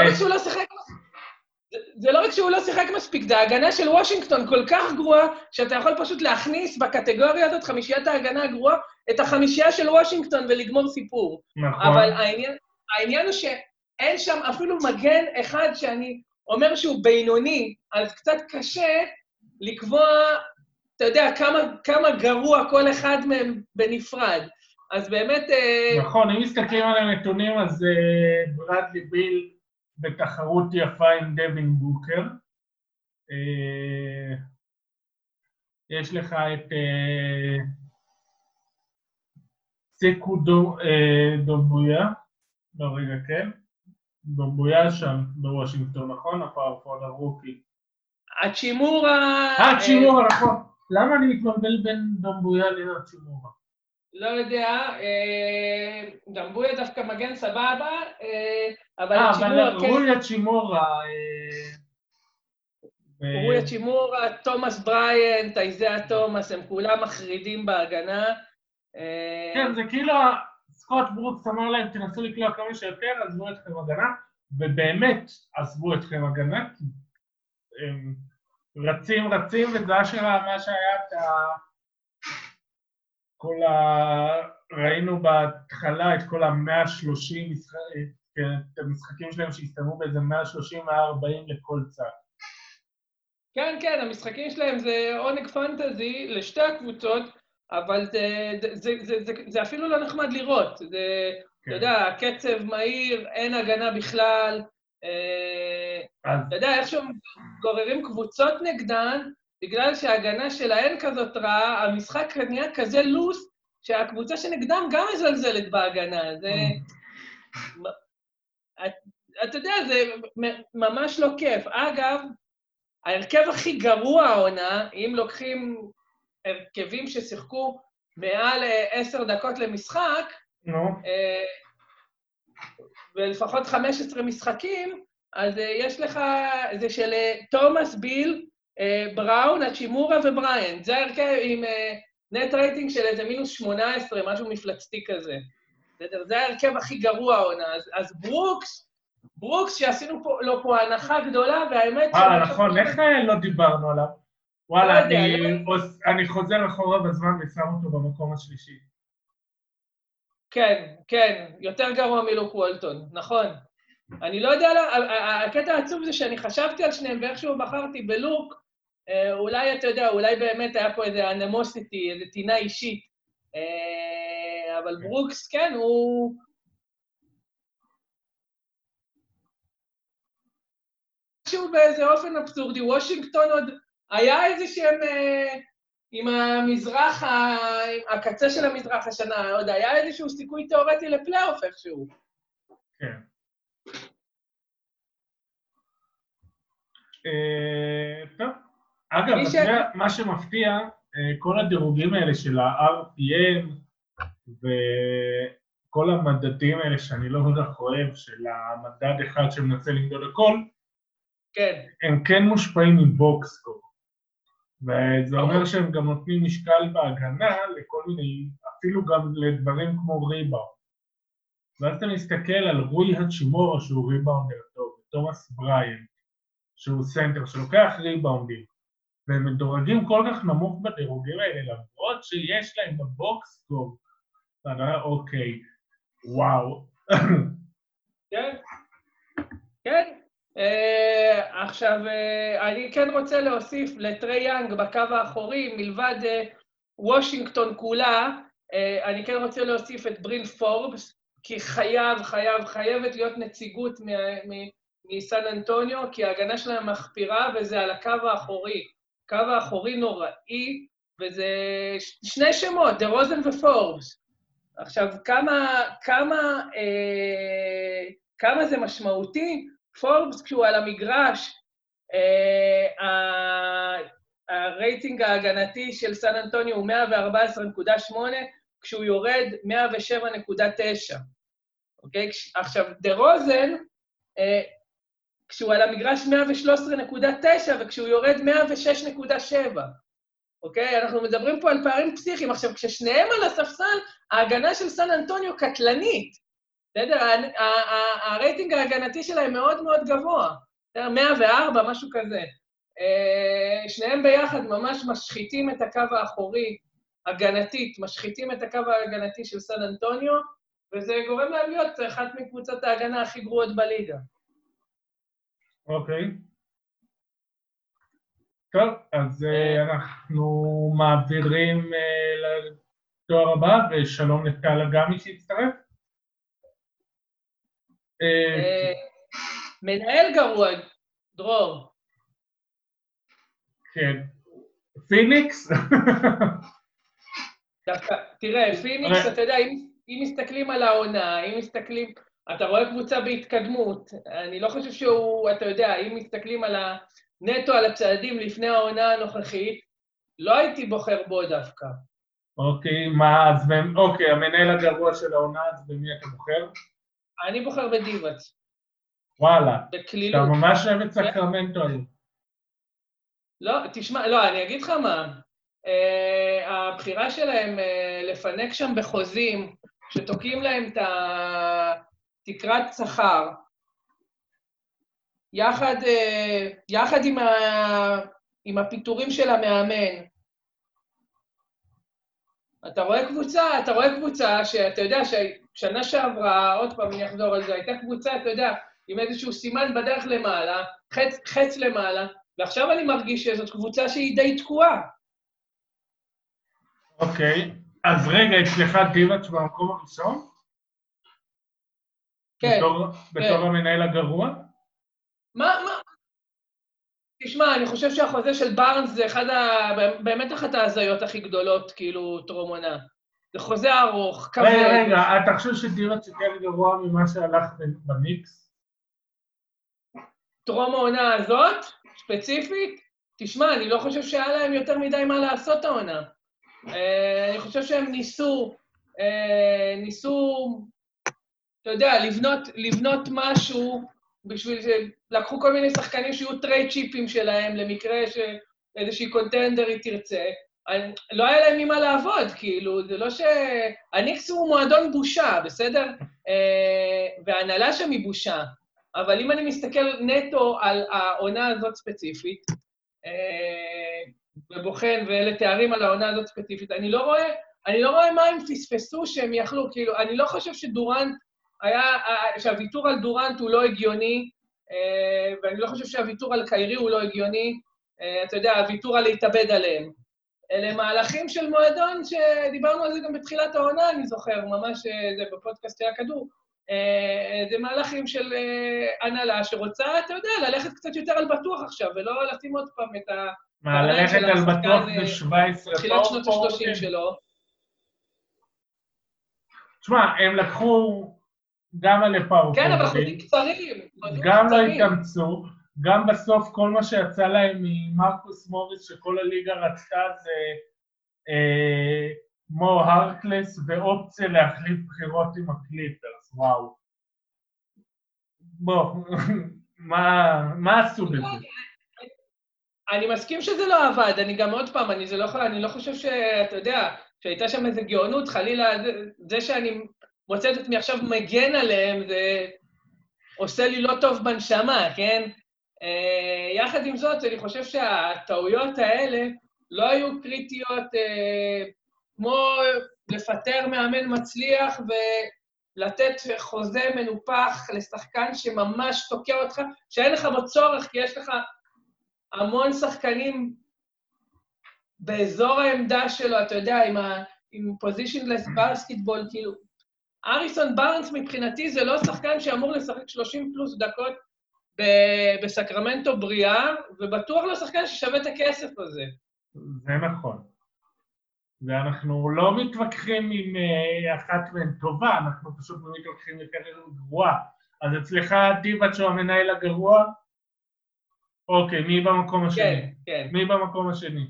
לא רק שהוא לא שיחק מספיק, זה ההגנה של וושינגטון כל כך גרועה, שאתה יכול פשוט להכניס בקטגוריה הזאת, חמישיית ההגנה הגרועה, את החמישייה של וושינגטון ולגמור סיפור. נכון. אבל העניין הוא שאין שם אפילו מגן אחד שאני אומר שהוא בינוני, אז קצת קשה לקבוע, אתה יודע, כמה גרוע כל אחד מהם בנפרד. אז באמת... נכון, אם מסתכלים על הנתונים, אז ברדלי ביל בתחרות יפה עם דווין בוקר. יש לך את סקו דומבויה, לא רגע, כן? דומבויה שם בוושינגטון, נכון? הפאורפורד הרוקי. הצ'ימורה... נכון. למה אני מתבלבל בין דומבויה לצ'ימורה? לא יודע, דומבויה דווקא מגן סבבה, אבל רוי הצ'ימורה... רוי הצ'ימורה, תומאס בריינט, איזאה תומאס, הם כולם מחרידים בהגנה. כן, זה כאילו סקוט ברוקס אמר להם, תנסו לקלוע כמה שיותר, עזבו אתכם הגנה, ובאמת עזבו אתכם הגנה, כי הם רצים, וזה אשכרה מה שהיה ראינו בהתחלה את כל ה-130 המשחקים שלהם שהסתיימו באיזה 130-140 לכל צד. כן, כן, המשחקים שלהם זה עונג פנטזי לשתי הקבוצות, אבל זה אפילו לא נחמד לראות. אתה יודע, הקצב מהיר, אין הגנה בכלל. אתה יודע, איכשהו גוררים קבוצות נגדן, בגלל שההגנה שלהן כזאת רעה, המשחק נהיה כזה לוס, שהקבוצה שנגדם גם מזלזלת בהגנה. אתה יודע, זה ממש לא כיף. אגב, ההרכב הכי גרוע העונה, אם לוקחים הרכבים ששיחקו מעל 10 דקות למשחק, ולפחות 15 משחקים, אז יש לך, זה של תומאס ביל, בראון, הצ'ימורה ובריינט. זה ההרכב עם נט רייטינג של איזה מינוס 18, משהו מפלצתי כזה. זה ההרכב הכי גרוע העונה. אז ברוקס שעשינו לו פה הנחה גדולה, והאמת... נכון, איך לא דיברנו עליו? וואלה, אני חוזר אחורה בזמן ושם אותו במקום השלישי. כן, כן, יותר גרוע מלוק וולטון, נכון. אני לא יודע, הקטע העצוב זה שאני חשבתי על שניהם, ואיכשהו בחרתי בלוק, אולי, אתה יודע, אולי באמת היה פה איזה אנמוסיטי, איזה טינה אישית, אבל ברוקס, כן, הוא... משהו באיזה אופן אבסורדי, וושינגטון עוד היה איזה שהם, עם המזרח, עם הקצה של המזרח השנה, עוד היה איזשהו סיכוי תיאורטי לפלייאוף איכשהו. כן. טוב. אגב, מה שמפתיע, כל הדירוגים האלה של ה-RPM וכל המדדים האלה שאני לא כל כך אוהב, של המדד אחד שמנסה למדוד הכל, כן. הם כן מושפעים מבוקסקור. וזה אומר שהם גם נותנים משקל בהגנה לכל מיני, אפילו גם לדברים כמו ריבאונד. ואז אתה מסתכל על רוי הצ'ימורה שהוא ריבאונדר טוב, תומאס בריינט, שהוא סנטר, שלוקח ריבאונדים, והם מדורגים כל כך נמוך בדירוגים האלה, למרות שיש להם בבוקסקור. ואתה אומר, אוקיי, וואו. כן, כן. עכשיו, אני כן רוצה להוסיף לטרי יאנג בקו האחורי, מלבד וושינגטון כולה, אני כן רוצה להוסיף את ברין פורבס, כי חייבת להיות נציגות מסן אנטוניו, כי ההגנה שלהם מחפירה, וזה על הקו האחורי. הקו האחורי נוראי, וזה שני שמות, דה רוזן ופורבס. עכשיו, כמה זה משמעותי? פורבס, כשהוא על המגרש, הרייטינג ההגנתי של סן אנטוניו הוא 114.8, כשהוא יורד 107.9. אוקיי? עכשיו, דה רוזן, כשהוא על המגרש 113.9, וכשהוא יורד 106.7. אוקיי? אנחנו מדברים פה על פערים פסיכיים. עכשיו, כששניהם על הספסל, ההגנה של סן אנטוניו קטלנית. בסדר? הרייטינג ההגנתי שלהם מאוד מאוד גבוה. 104, משהו כזה. שניהם ביחד ממש משחיתים את הקו האחורי, הגנתית, משחיתים את הקו ההגנתי של סן אנטוניו, וזה גורם להם להיות אחת מקבוצות ההגנה הכי גרועות בליגה. אוקיי. טוב, אז אנחנו מעבירים לתואר הבא, ושלום לקהל הגמי שהצטרף. מנהל גרוע, דרור. כן. פיניקס? תראה, פיניקס, אתה יודע, אם מסתכלים על העונה, אתה רואה קבוצה בהתקדמות. אני לא חושב שהוא, אתה יודע, אם מסתכלים על נטו על הצעדים לפני העונה הנוכחית, לא הייתי בוחר בו דווקא. אוקיי, מה, אז אוקיי, המנהל הגרוע של העונה, אז במי אתה בוחר? אני בוחר בדיבאץ. וואלה. בקלילות. אתה ממש אוהב את סקרמנטו היום. לא, תשמע, לא, אני אגיד לך מה. הבחירה שלהם לפנק שם בחוזים, שתוקעים להם את תקרת שכר, יחד עם הפיטורים של המאמן. אתה רואה קבוצה שאתה יודע ששנה שעברה, עוד פעם אני אחזור על זה, הייתה קבוצה, אתה יודע, עם איזשהו סימן בדרך למעלה, חץ למעלה, ועכשיו אני מרגיש שזאת קבוצה שהיא די תקועה. אוקיי, אז רגע, אצלך דיבאץ במקום הראשון? כן. בתור המנהל הגרוע? מה? תשמע, אני חושב שהחוזה של בארנס זה באמת אחת ההזיות הכי גדולות, כאילו, טרום עונה. זה חוזה ארוך, כבד. רגע, אתה חושב שדיבאץ יותר גרוע ממה שהלך בניקס? טרום העונה הזאת, ספציפית, תשמע, אני לא חושב שהיה להם יותר מדי מה לעשות העונה. אני חושב שהם ניסו, אתה יודע, לבנות משהו, בשביל שלקחו כל מיני שחקנים שיהיו טרייד צ'יפים שלהם, למקרה שאיזושהי קונטנדרית תרצה. לא היה להם ממה לעבוד, כאילו, זה לא הניקס הוא מועדון בושה, בסדר? וההנהלה שם היא בושה. אבל אם אני מסתכל נטו על העונה הזאת ספציפית, ובוחן ואלה תארים על העונה הזאת ספציפית, אני לא רואה מה הם פספסו שהם יכלו, כאילו, אני לא חושב שהוויתור על דורנט הוא לא הגיוני, ואני לא חושב שהוויתור על קיירי הוא לא הגיוני, אתה יודע, הוויתור על להתאבד עליהם. אלה מהלכים של מועדון שדיברנו על זה גם בתחילת העונה, אני זוכר, ממש זה בפודקאסט של הכדור, זה מהלכים של הנהלה שרוצה, אתה יודע, ללכת קצת יותר על בטוח עכשיו, ולא לשים עוד פעם את ללכת על בטוח ב-17 תחילת שנות ה-30 שלו. תשמע, הם לקחו גם על הפאור. כן, אבל חוזים קצרים. גם לא התאמצו, גם בסוף כל מה שיצא להם ממרקוס מוריס, שכל הליגה רצתה, זה מו הרקלס ואופציה להחליף בחירות עם הקליפרס, וואו. בוא, מה עשו בזה? אני מסכים שזה לא עבד, אני גם עוד פעם, אני לא חושב שאתה יודע, שהייתה שם איזו גאונות, חלילה, זה שאני מוצא את עצמי עכשיו מגן עליהם, זה עושה לי לא טוב בנשמה, כן? יחד עם זאת, אני חושב שהטעויות האלה לא היו קריטיות כמו לפטר מאמן מצליח לתת חוזה מנופח לשחקן שממש תוקע אותך, שאין לך בו צורך, כי יש לך המון שחקנים באזור העמדה שלו, אתה יודע, עם פוזישיונלס בסקטבול, כאילו, אריסון בארנס מבחינתי זה לא שחקן שאמור לשחק 30 פלוס דקות בסקרמנטו בריאה, ובטוח לא שחקן ששווה את הכסף הזה. זה נכון. ואנחנו לא מתווכחים עם אחת מהן טובה, אנחנו פשוט מתווכחים יותר גרועה. אז אצלך דיבאץ' הוא המנהל הגרוע? אוקיי, מי במקום השני? כן, כן. מי במקום השני?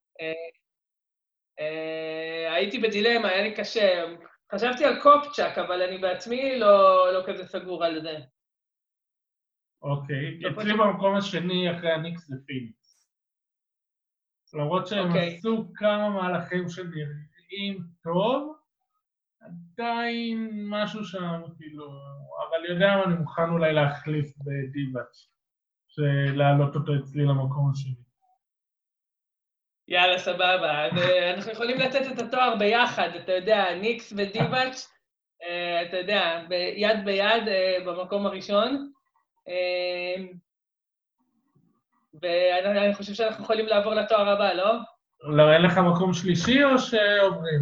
הייתי בדילמה, היה לי קשה. חשבתי על קופצ'ק, אבל אני בעצמי לא כזה סגור על זה. אוקיי, אצלי במקום השני אחרי הניקס ופיניקס. למרות שהם עשו כמה מהלכים שנראים טוב, עדיין משהו שם, כאילו, אבל יודע מה, אני מוכן אולי להחליף בדיבאץ', שלהעלות אותו אצלי למקום השני. יאללה, סבבה. אנחנו יכולים לתת את התואר ביחד, אתה יודע, ניקס ודיבאץ', אתה יודע, יד ביד במקום הראשון. ואני חושב שאנחנו יכולים לעבור לתואר הבא, לא? לא, אין לך מקום שלישי או שעוברים?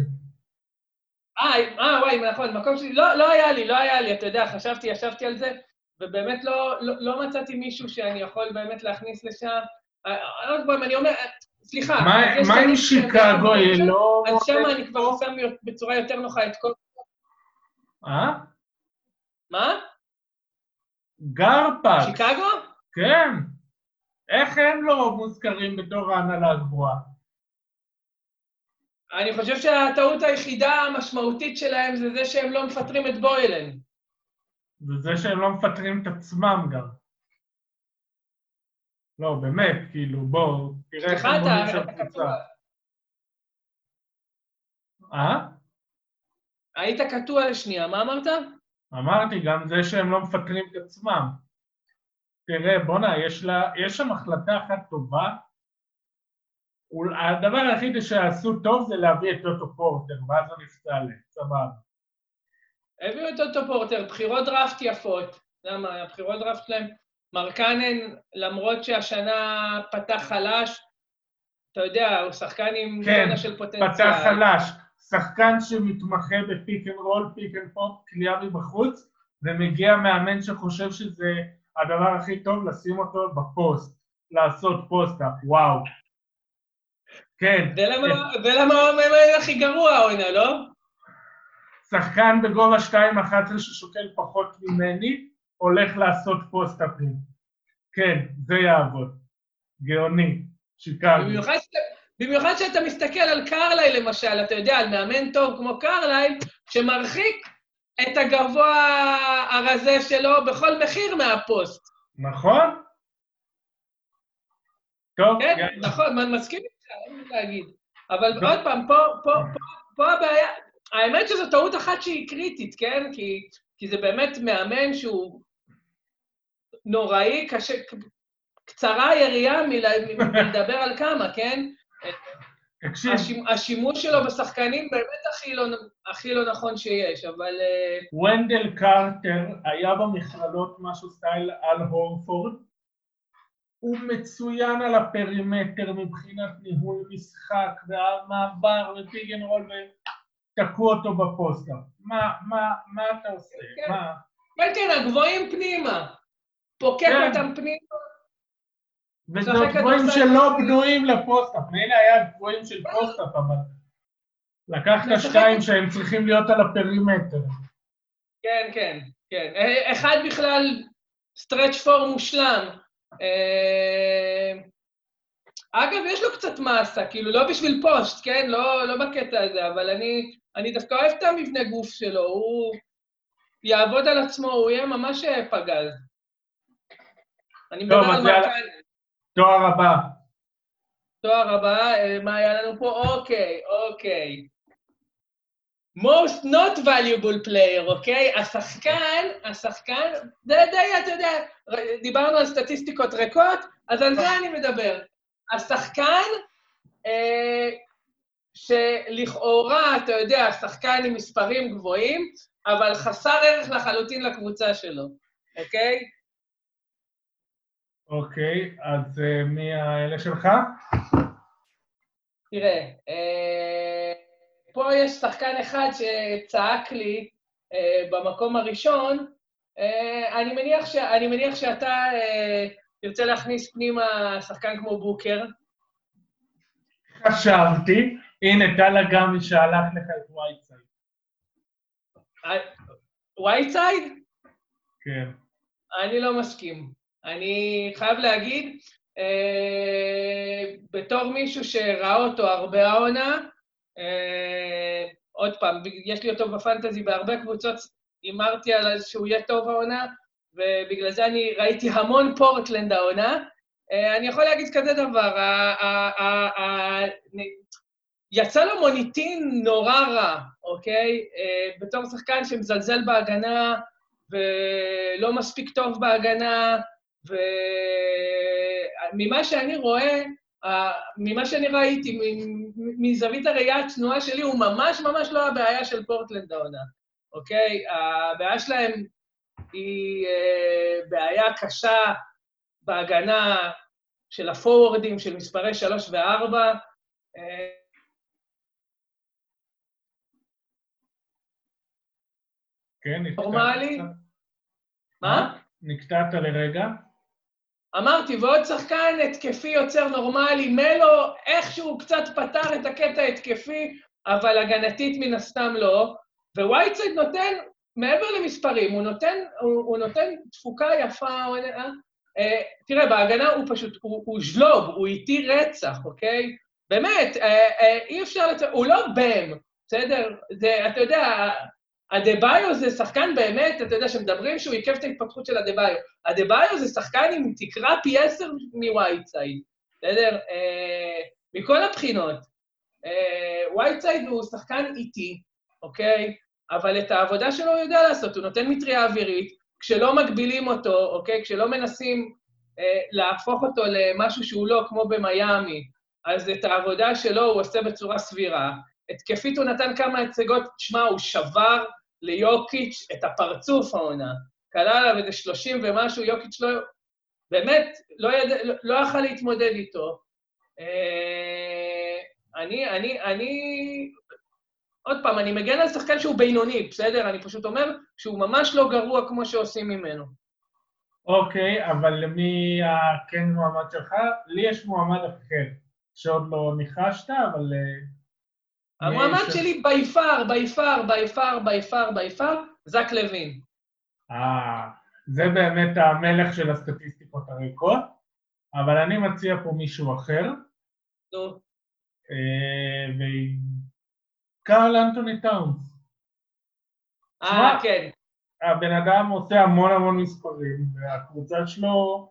וואי, נכון, מקום שלישי, לא היה לי, אתה יודע, ישבתי על זה, ובאמת לא מצאתי מישהו שאני יכול באמת להכניס לשם. עוד פעם, אני אומר, סליחה. מה עם שיקגו? אז שם אני כבר שם בצורה יותר נוחה את כל... מה? גרפקס. שיקגו? כן. איך הם לא מוזכרים בתור ההנהלה הגבוהה? אני חושב שהטעות היחידה המשמעותית שלהם זה זה שהם לא מפטרים את בוילן. וזה שהם לא מפטרים את עצמם גם. לא, באמת, כאילו, בוא, תראה איך הם בונים שם קבוצה. היית קטוע לשנייה, מה אמרת? אמרתי, גם זה שהם לא מפטרים את עצמם. תראה, בונה, יש שם החלטה אחת טובה. הדבר היחיד שעשו טוב זה להביא את טוטו פורטר, ואז הוא נפצע לי, סבבה. הביאו את טוטו פורטר, בחירות דראפט יפות. למה? הבחירות דראפט להם, מרקנן, למרות שהשנה פתח חלש, אתה יודע, הוא שחקן עם זונה של פוטנציאל. כן, פתח חלש. שחקן שמתמחה בפיק אנד רול, פיק אנד פופ, קליעה מבחוץ, ומגיע מאמן שחושב שזה הדבר הכי טוב לשים אותו בפוסט, לעשות פוסט-אפ, וואו. כן. ולמה הוא המאמן הכי גרוע, עונה, לא? שחקן בגובה 2.11 ששוקל פחות ממני, הולך לעשות פוסט-אפים. כן, זה יעבוד. גאוני, שיקגו. במיוחד שאתה מסתכל על קרלייל למשל, אתה יודע, על מאמן טוב כמו קרלייל, שמרחיק את הגבוה הרזה שלו בכל מחיר מהפוסט. נכון? טוב, כן, יאללה. נכון, מסכים איתך, אין לי להגיד. אבל עוד פעם, פה הבעיה, האמת שזו טעות אחת שהיא קריטית, כן? כי זה באמת מאמן שהוא נוראי, קצרה היריעה מלדבר על כמה, כן? השימוש שלו בשחקנים באמת הכי לא נכון שיש, אבל... ונדל קרטר היה במכללות משהו סטייל על הורפורד, הוא מצוין על הפרימטר מבחינת ניהול משחק והמעבר ופיק אנד רול ותקעו אותו בפוסטר. מה אתה עושה? כן, הגבוהים פנימה. פוקק אותם פנימה. וזה גבוהים שלא בנויים לפוסט-אפ, מילא היה גבוהים של פוסט-אפ, אבל לקחת שתיים שהם צריכים להיות על הפרימטר. כן. אחד בכלל סטרץ' פור מושלם. אגב, יש לו קצת מסה, כאילו לא בשביל פוסט, כן? לא בקטע הזה, אבל אני דווקא אוהב את המבנה גוף שלו, הוא יעבוד על עצמו, הוא יהיה ממש פגז. אני מדבר על מרקן. תואר הבא, מה היה לנו פה? אוקיי. Most not valuable player, אוקיי? השחקן, זה די, אתה יודע, דיברנו על סטטיסטיקות ריקות, אז על זה אני מדבר. השחקן שלכאורה, אתה יודע, השחקן עם מספרים גבוהים, אבל חסר ערך לחלוטין לקבוצה שלו, אוקיי? אוקיי, אז מי האלה שלך? תראה, פה יש שחקן אחד שצעק לי במקום הראשון, אני מניח שאתה תרצה להכניס פנימה שחקן כמו בוקר. חשבתי, הנה טלה גם שלח לך את וייטסייד. וייטסייד? כן. אני לא מסכים. אני חייב להגיד, בתור מישהו שראה אותו הרבה העונה, עוד פעם, יש לי אותו בפנטזי בהרבה קבוצות, אמרתי על שהוא יהיה טוב העונה, ובגלל זה אני ראיתי המון פורטלנד העונה. אני יכול להגיד כזה דבר, יצא לו מוניטין נורא רע, אוקיי? בתור שחקן שמזלזל בהגנה, ולא מספיק טוב בהגנה, וממה שאני רואה, ממה שאני ראיתי, מזווית הראייה התנועה שלי, הוא ממש ממש לא הבעיה של פורטלנד העונה, אוקיי? הבעיה שלהם היא בעיה קשה בהגנה של הפורורדים, של מספרי 3 ו-4. כן, נורמלי. מה? נקטעת לרגע. אמרתי, ועוד שחקן התקפי יוצר נורמלי, מלו איכשהו קצת פתר את הקטע התקפי, אבל הגנתית מן הסתם לא, ווייטסייד נותן, מעבר למספרים, הוא נותן תפוקה יפה, תראה, בהגנה הוא פשוט, הוא ז'לוב, הוא איטי רצח, אוקיי? באמת, אי אפשר הוא לא בם, בסדר? זה, אתה יודע, אדבאיו זה שחקן באמת, אתה יודע, שמדברים שהוא עיקב את ההתפתחות של אדבאיו. אדבאיו זה שחקן עם תקרה פי 10 מווייטסייד, בסדר? מכל הבחינות. ווייטסייד הוא שחקן איטי, אוקיי? אבל את העבודה שלו הוא יודע לעשות, הוא נותן מטריה אווירית, כשלא מגבילים אותו, אוקיי? כשלא מנסים להפוך אותו למשהו שהוא לא, כמו במיימי, אז את העבודה שלו הוא עושה בצורה סבירה. התקפית הוא נתן כמה הצגות, תשמע, הוא שבר ליוקיץ' את הפרצוף העונה. קלה עליו איזה 30 ומשהו, יוקיץ' לא, באמת, לא יכל להתמודד איתו. עוד פעם, אני מגן על שחקן שהוא בינוני, בסדר? אני פשוט אומר שהוא ממש לא גרוע כמו שעושים ממנו. אוקיי, אבל למי כן מועמד שלך? לי יש מועמד אחר, שעוד לא ניחשת, אבל... המועמד שלי ביפר, זק לוין. זה באמת המלך של הסטטיסטיקות הריקות, אבל אני מציע פה מישהו אחר. נו. קרל אנטוני טאונס. כן. הבן אדם עושה המון מספרים, והקבוצה שלו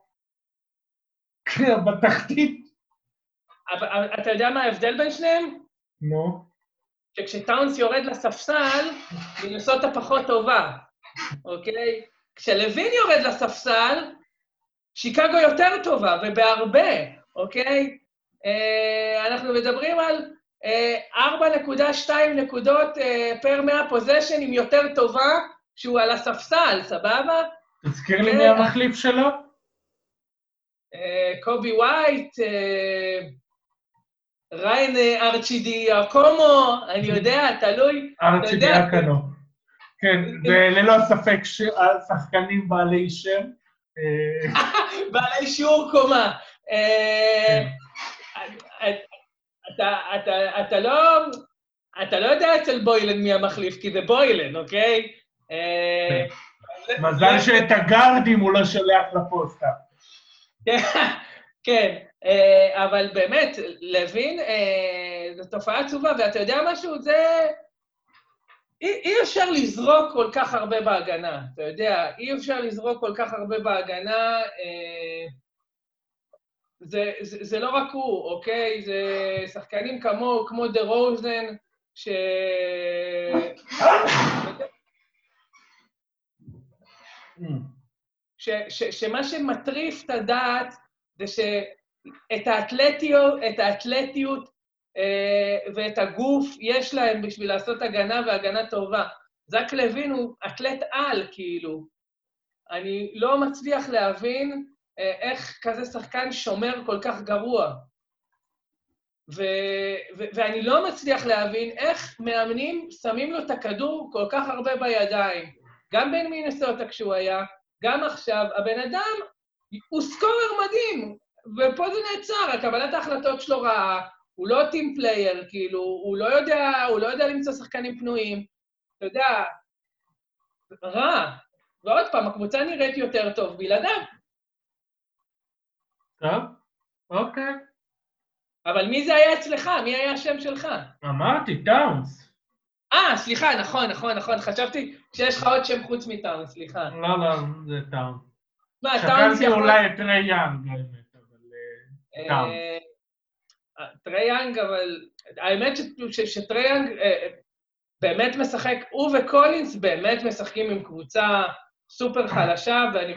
בתחתית. אתה יודע מה ההבדל בין שניהם? נו. שכשטאונס יורד לספסל, מנסות הפחות טובה, אוקיי? כשלוין יורד לספסל, שיקגו יותר טובה, ובהרבה, אוקיי? אנחנו מדברים על 4.2 נקודות פר 100 פוזיישנים יותר טובה, שהוא על הספסל, סבבה? תזכיר לי מי המחליף שלו? קובי ווייט, ריין ארצ'ידי הקומו, אני יודע, תלוי. ארצ'ידי הקנו. כן, זה ללא ספק שחקנים בעלי שם. בעלי שיעור קומה. אתה לא יודע אצל בוילן מי המחליף, כי זה בוילן, אוקיי? מזל שאת הגארדים הוא לא שולח לפוסטה. כן, אבל באמת, לוין, זו תופעה עצובה, ואתה יודע משהו, זה... אי אפשר לזרוק כל כך הרבה בהגנה, אתה יודע, אי אפשר לזרוק כל כך הרבה בהגנה, זה לא רק הוא, אוקיי? זה שחקנים כמו דה רוזן, שמה שמטריף את הדעת, זה שאת האתלטיות ואת הגוף יש להם בשביל לעשות הגנה והגנה טובה. זק לוין הוא אתלט על, כאילו. אני לא מצליח להבין איך כזה שחקן שומר כל כך גרוע. ואני לא מצליח להבין איך מאמנים שמים לו את הכדור כל כך הרבה בידיים. גם בין מינסוטה כשהוא היה, גם עכשיו, הבן אדם הוא סקורר מדהים, ופה זה נעצר, הקבלת ההחלטות שלו רעה, הוא לא טים פלייר, כאילו, הוא לא יודע למצוא שחקנים פנויים, אתה יודע, רע. ועוד פעם, הקבוצה נראית יותר טוב בלעדיו. טוב, אוקיי. אבל מי זה היה אצלך? מי היה השם שלך? אמרתי, טאונס. סליחה, נכון. חשבתי שיש לך עוד שם חוץ מטאונס, סליחה. לא, זה טאונס. מה, טאונס שקלתי יכול... אולי את ריי יאנג, האמת, אבל טאונס. טריי יאנג, אבל... האמת שטריי יאנג באמת משחק, הוא וקולינס באמת משחקים עם קבוצה סופר חלשה, ואני...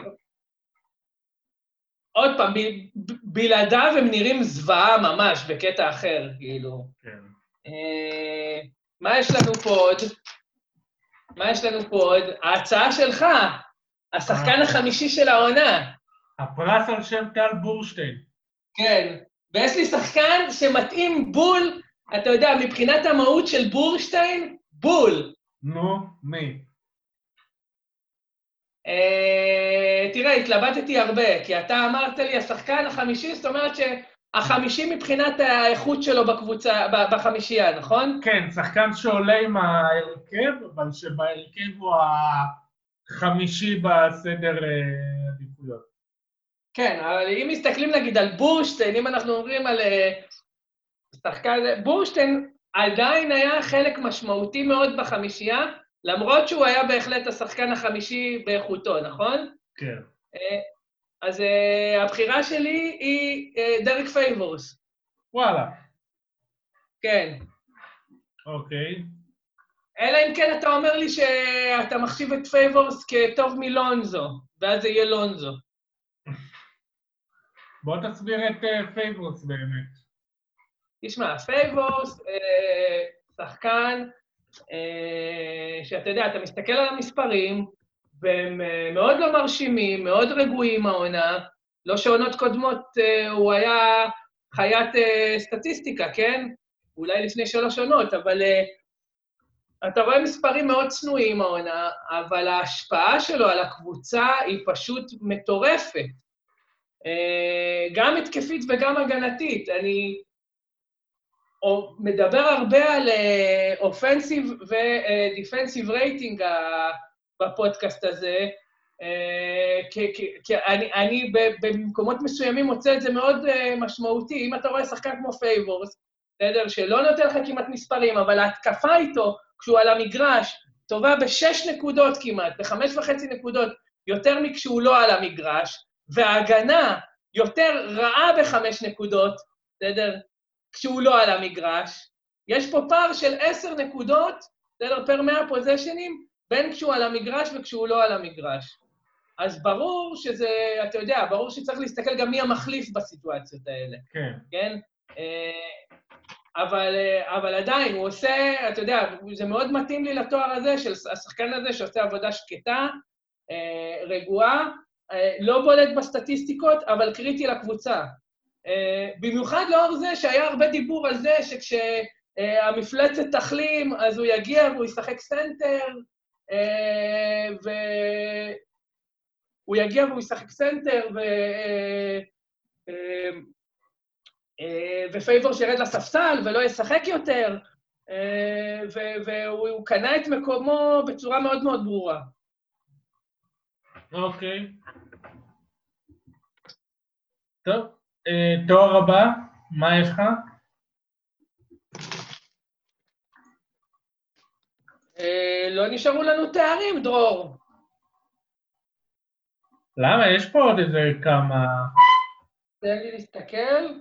עוד פעם, בלעדיו הם נראים זוועה ממש, בקטע אחר, כאילו. כן. מה יש לנו פה עוד? ההצעה שלך, השחקן החמישי של העונה. הפרס על שם טל בורשטיין. כן, ויש לי שחקן שמתאים בול, אתה יודע, מבחינת המהות של בורשטיין, בול. נו, מי? תראה, התלבטתי הרבה, כי אתה אמרת לי, השחקן החמישי, זאת אומרת שהחמישי מבחינת האיכות שלו בקבוצה, בחמישייה, נכון? כן, שחקן שעולה עם ההרכב, אבל שבהרכב הוא החמישי בסדר עדיפויות. כן, אבל אם מסתכלים נגיד על בורשטיין, אם אנחנו אומרים על שחקן, בורשטיין עדיין היה חלק משמעותי מאוד בחמישייה, למרות שהוא היה בהחלט השחקן החמישי באיכותו, נכון? כן. אז הבחירה שלי היא דרק פייבורס. וואלה. כן. אוקיי. אלא אם כן אתה אומר לי שאתה מחשיב את פייבורס כטוב מלונזו, ואז זה יהיה לונזו. בוא תסביר את פייבורס באמת. תשמע, פייבורס, שחקן, שאתה יודע, אתה מסתכל על המספרים, והם מאוד לא מרשימים, מאוד רגועים העונה, לא שעונות קודמות הוא היה חיית סטטיסטיקה, כן? אולי לפני 3 עונות, אבל אתה רואה מספרים מאוד צנועים העונה, אבל ההשפעה שלו על הקבוצה היא פשוט מטורפת. גם התקפית וגם הגנתית. אני מדבר הרבה על אופנסיב ודיפנסיב רייטינג בפודקאסט הזה, כי אני במקומות מסוימים מוצא את זה מאוד משמעותי. אם אתה רואה שחקן כמו פייבורס, בסדר, שלא נותן לך כמעט מספרים, אבל ההתקפה איתו, כשהוא על המגרש, טובה ב6 נקודות כמעט, ב5.5 נקודות, יותר מכשהוא לא על המגרש, וההגנה יותר רעה ב5 נקודות, בסדר? כשהוא לא על המגרש, יש פה פער של 10 נקודות, בסדר, פר 100 פוזיישנים, בין כשהוא על המגרש וכשהוא לא על המגרש. אז ברור שזה, אתה יודע, ברור שצריך להסתכל גם מי המחליף בסיטואציות האלה. כן. כן? אבל עדיין, הוא עושה, אתה יודע, זה מאוד מתאים לי לתואר הזה, של השחקן הזה שעושה עבודה שקטה, רגועה, לא בולט בסטטיסטיקות, אבל קריטי לקבוצה. במיוחד לאור זה שהיה הרבה דיבור על זה שכשהמפלצת תחלים, אז הוא יגיע והוא ישחק סנטר, והוא יגיע והוא ישחק סנטר, ופייבור שירד לספסל ולא ישחק יותר, והוא קנה את מקומו בצורה מאוד מאוד ברורה. אוקיי. טוב, תואר הבא, מה יש לך? לא נשארו לנו תארים, דרור. למה? יש פה עוד איזה כמה... תן לי להסתכל.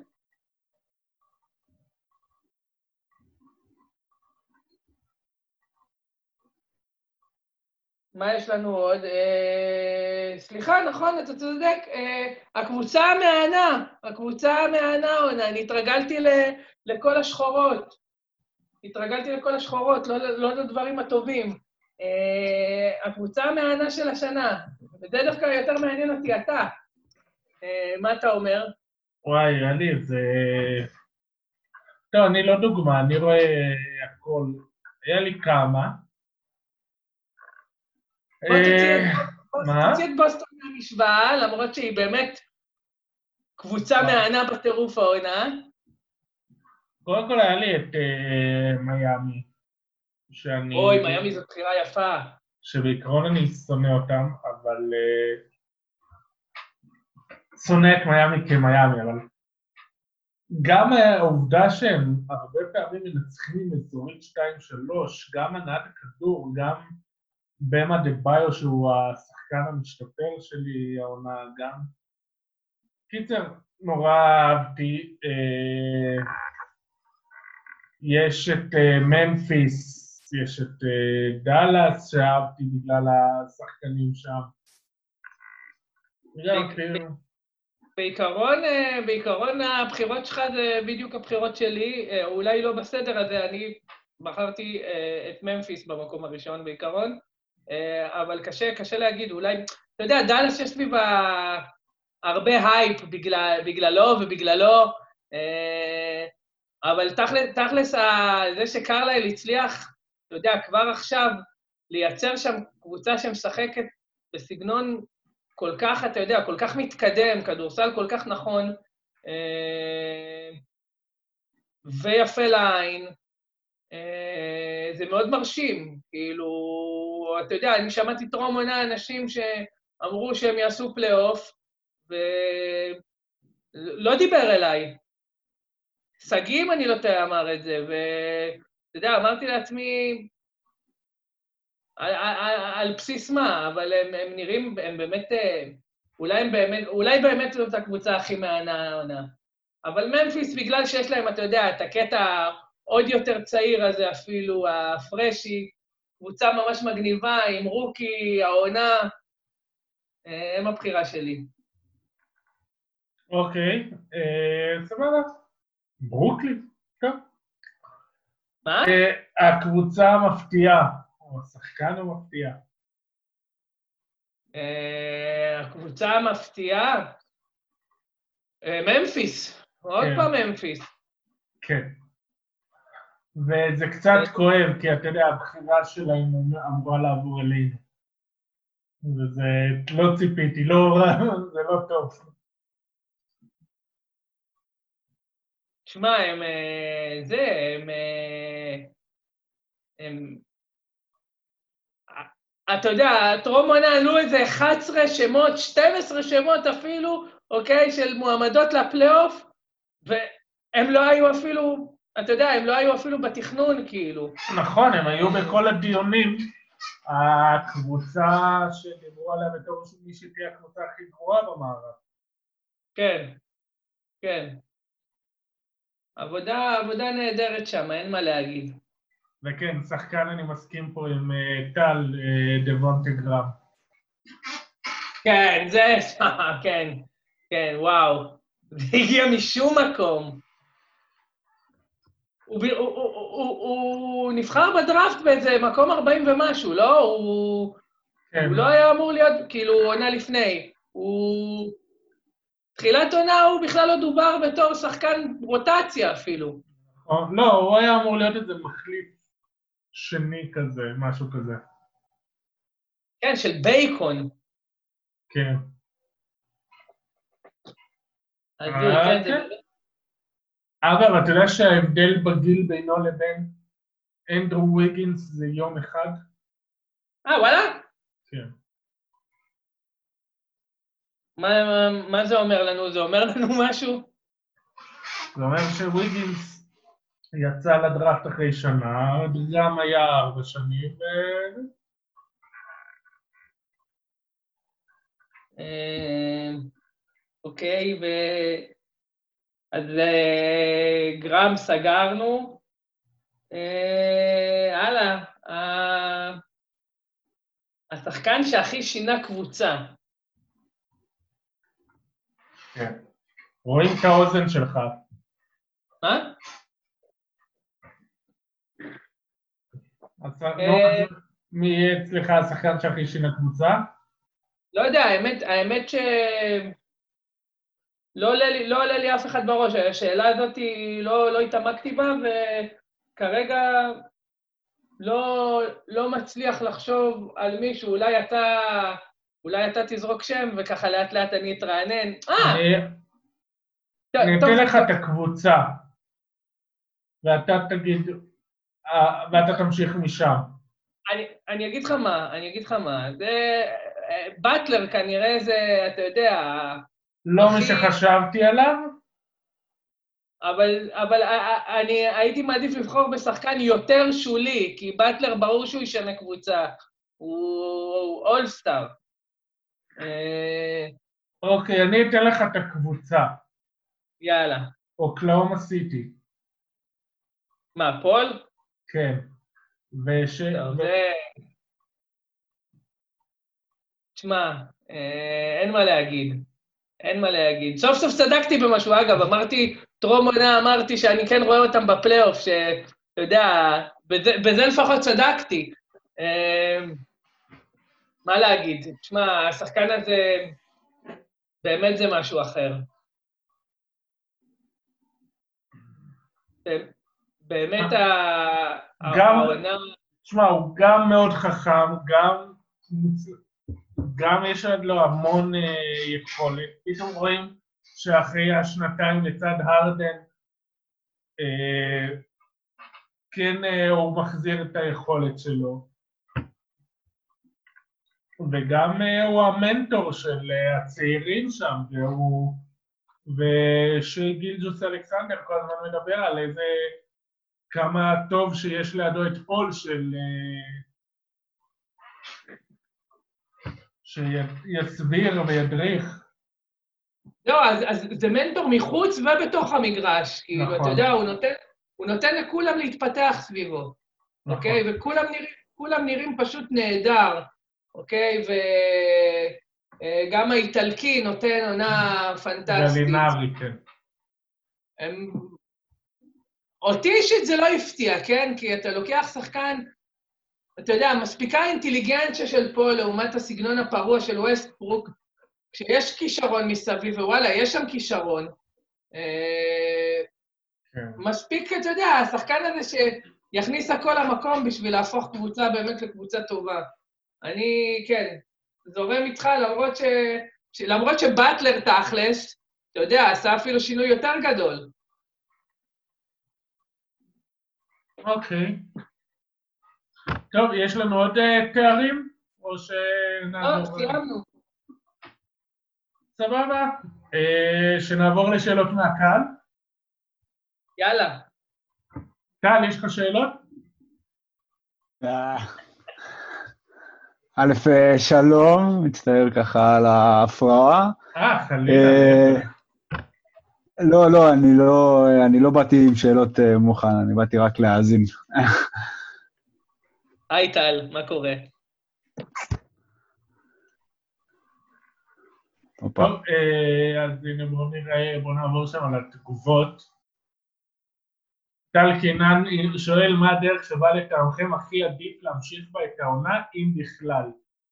מה יש לנו עוד? סליחה, נכון, אתה צודק, הקבוצה המענה עונה, אני התרגלתי לכל השחורות. לא לדברים הטובים. הקבוצה המענה של השנה, וזה דווקא יותר מעניין אותי, אתה. מה אתה אומר? וואי, יאללה, זה... טוב, אני לא דוגמה, אני רואה הכל. היה לי כמה. בוא מה? תוציא את בוסטון מהמשוואה, למרות שהיא באמת קבוצה מענה בטירוף העונה. קודם כל היה לי את מיאמי, אוי, מיאמי זו בחירה יפה. שבעיקרון אני שונא אותם, אבל... שונא את מיאמי כמיאמי, אבל... גם העובדה שהם הרבה פעמים מנצחים עם אזורית 2-3, גם הנעת הכדור, גם במה דה ביו שהוא השחקן המשתפר שלי, העונה גם. קיצר, נורא אהבתי. יש את ממפיס, יש את דאלאס שאהבתי בגלל השחקנים שם. בעיקרון הבחירות שלך זה בדיוק הבחירות שלי, אולי לא בסדר הזה, אני בחרתי את ממפיס במקום הראשון בעיקרון, אבל קשה להגיד, אולי, אתה יודע, דאלאס יש סביבה הרבה הייפ בגללו ובגללו, אבל תכלס זה שקרלייל הצליח, אתה יודע, כבר עכשיו לייצר שם קבוצה שמשחקת בסגנון כל כך, אתה יודע, כל כך מתקדם, כדורסל כל כך נכון, ויפה לעין, זה מאוד מרשים, כאילו, אתה יודע, אני שמעתי טרום עונה אנשים שאמרו שהם יעשו פלייאוף, ולא דיבר אליי. סגים, אני לא טועה, אמר את זה, ואתה יודע, אמרתי לעצמי, על בסיס מה, אבל הם נראים, הם באמת, אולי באמת זאת הקבוצה הכי מענה העונה. אבל ממפיס, בגלל שיש להם, אתה יודע, את הקטע עוד יותר צעיר הזה אפילו, הפרשי, קבוצה ממש מגניבה עם רוקי, העונה, הם הבחירה שלי. אוקיי, סבבה. ברוקלין, טוב. מה? הקבוצה המפתיעה, או השחקן המפתיע. הקבוצה המפתיעה? ממפיס, עוד פעם ממפיס. כן. וזה קצת כואב, כי אתה יודע, הבחירה שלהם אמורה לעבור אלינו. וזה לא ציפיתי, זה לא טוב. תשמע, אתה יודע, טרום עונה עלו איזה 11 שמות, 12 שמות אפילו, אוקיי, של מועמדות לפלייאוף, והם לא היו אפילו, אתה יודע, הם לא היו אפילו בתכנון, כאילו. נכון, הם היו בכל הדיונים, הקבוצה שדיברו עליה בתור מי שתהיה הקבוצה הכי גרועה במערב. כן, כן. עבודה נהדרת שם, אין מה להגיד. וכן, שחקן אני מסכים פה עם טל דוונטה גרם. כן, כן, וואו. זה הגיע משום מקום. הוא נבחר בדראפט באיזה מקום 40 ומשהו, לא? הוא לא היה אמור להיות, כאילו, הוא עונה לפני. תחילת עונה הוא בכלל לא דובר בתור שחקן רוטציה אפילו. לא, הוא היה אמור להיות איזה מחליף שני כזה, משהו כזה. כן, של בייקון. כן. אגב, אתה יודע שההבדל בגיל בינו לבין אנדרו ויגינס זה יום אחד? וואלה? כן. מה זה אומר לנו? זה אומר לנו משהו? זה אומר שוויגינס יצא לדראפט אחרי שנה, גם היה 4 שנים, אוקיי, אז גרם סגרנו. הלאה, השחקן שהכי שינה קבוצה. כן. רואים את האוזן שלך. מה? מי יהיה אצלך השחקן שהכי שינה קבוצה? לא יודע, האמת לא עולה לי אף אחד בראש, השאלה הזאת לא התעמקתי בה, וכרגע לא מצליח לחשוב על מישהו, אולי אתה תזרוק שם, וככה לאט לאט אני אתרענן. אני טוב, אתן לך את הקבוצה, ואתה תגיד, ואתה תמשיך משם. אני אגיד לך מה, זה באטלר כנראה זה, אתה יודע, לא מי שחשבתי עליו? אבל אני הייתי מעדיף לבחור בשחקן יותר שולי, כי באטלר ברור שהוא ישנה קבוצה, הוא אולסטאר. אוקיי, אני אתן לך את הקבוצה. יאללה. אוקלאומה סיטי. מה, פול? כן. תשמע, אין מה להגיד. סוף סוף צדקתי במשהו, אגב, טרום עונה אמרתי שאני כן רואה אותם בפלייאוף, שאתה יודע, בזה לפחות צדקתי. מה להגיד? תשמע, השחקן הזה, באמת זה משהו אחר. באמת העונה... תשמע, הוא גם מאוד חכם, גם יש לו המון יכולת. פתאום רואים שאחרי השנתיים לצד הרדן, כן הוא מחזיר את היכולת שלו. וגם הוא המנטור של הצעירים שם, ושגילג'וס אלכסנדר כל הזמן מדבר על איזה כמה טוב שיש לידו את פול שיסביר וידריך. לא, אז זה מנטור מחוץ ובתוך המגרש, כאילו, אתה יודע, הוא נותן לכולם להתפתח סביבו, אוקיי? וכולם נראים פשוט נהדר, אוקיי? וגם האיטלקי נותן עונה פנטסטית. גלינרי, כן. אותי אישית זה לא הפתיע, כן? כי אתה לוקח שחקן, אתה יודע, מספיקה האינטליגנציה של פול לעומת הסגנון הפרוע של ווסטברוק, כשיש כישרון מסביב, ווואלה, יש שם כישרון. מספיק, אתה יודע, השחקן הזה שיכניס הכל למקום בשביל להפוך קבוצה באמת לקבוצה טובה. אני, כן, זורם איתך, למרות שבאטלר תכלס, אתה יודע, עשה אפילו שינוי יותר גדול. אוקיי. טוב, יש לנו עוד תארים? או שנעבור... סיימנו. סבבה. שנעבור לשאלות מהקהל. יאללה. טל, יש לך שאלות? א', שלום, מצטער ככה על ההפרעה. חלילה. לא, אני לא באתי עם שאלות מוכן, אני באתי רק להאזין. היי טל, מה קורה? טוב, אז הנה בואו נעבור שם על התגובות. טל קינן שואל מה הדרך שבה לטעמכם הכי עדיף להמשיך בה את העונה, אם בכלל.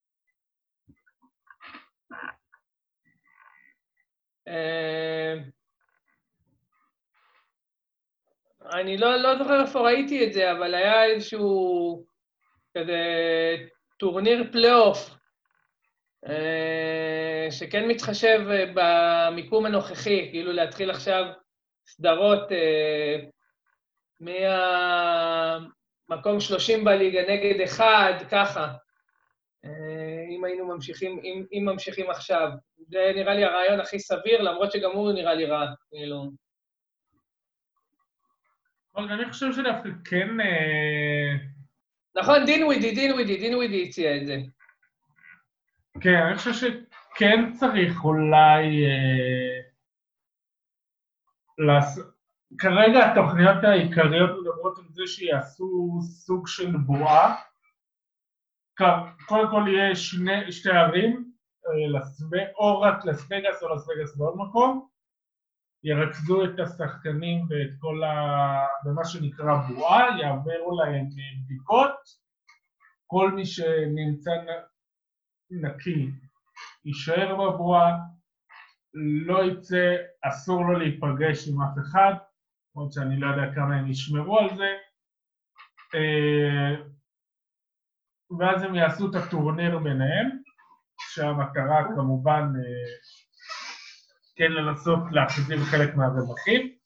אני לא זוכר איפה ראיתי את זה, אבל היה איזשהו כזה טורניר פלייאוף, שכן מתחשב במיקום הנוכחי, כאילו להתחיל עכשיו סדרות מהמקום 30 בליגה נגד 1, ככה, אם היינו ממשיכים עכשיו. זה נראה לי הרעיון הכי סביר, למרות שגם הוא נראה לי רע, כאילו. אני חושב שדווקא כן... נכון, דינווידי הציע את זה. כן, אני חושב שכן צריך אולי... כרגע התוכניות העיקריות מדברות על זה שיעשו סוג של בועה. קודם כל יהיה שתי ערים, או רק לס וגאס או לס וגאס בעוד מקום, ירכזו את השחקנים ואת כל במה שנקרא בועה, יעברו להם בדיקות, כל מי שנמצא נקי יישאר בבועה, לא יצא, אסור לו להיפגש עם אף אחד, עוד שאני לא יודע כמה הם ישמרו על זה, ואז הם יעשו את הטורניר ביניהם, שהמטרה כמובן כן לנסות להחזיר חלק מהרווחים,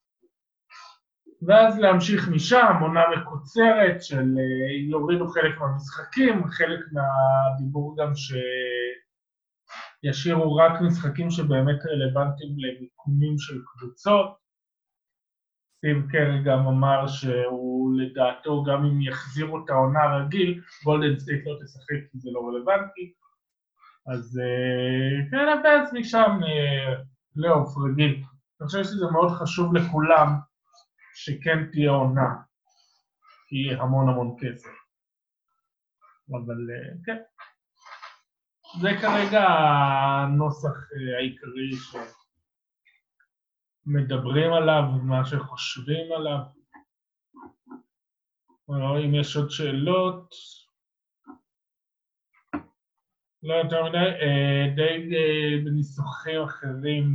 ואז להמשיך משם, עונה מקוצרת של יורידו חלק מהמשחקים, חלק מהדיבור גם שישאירו רק משחקים שבאמת רלוונטיים למיקומים של קבוצות. סטיב קרי גם אמר שהוא לדעתו, גם אם יחזירו את העונה רגיל, גולדן סטייט לא תשחק כי זה לא רלוונטי. אז כן, אז משם פלייאוף רגיל. אני חושב שזה מאוד חשוב לכולם שכן תהיה עונה, כי המון המון כסף. אבל כן. זה כרגע הנוסח העיקרי שמדברים עליו, מה שחושבים עליו. אם יש עוד שאלות, לא יותר מדי, די בניסוחים אחרים,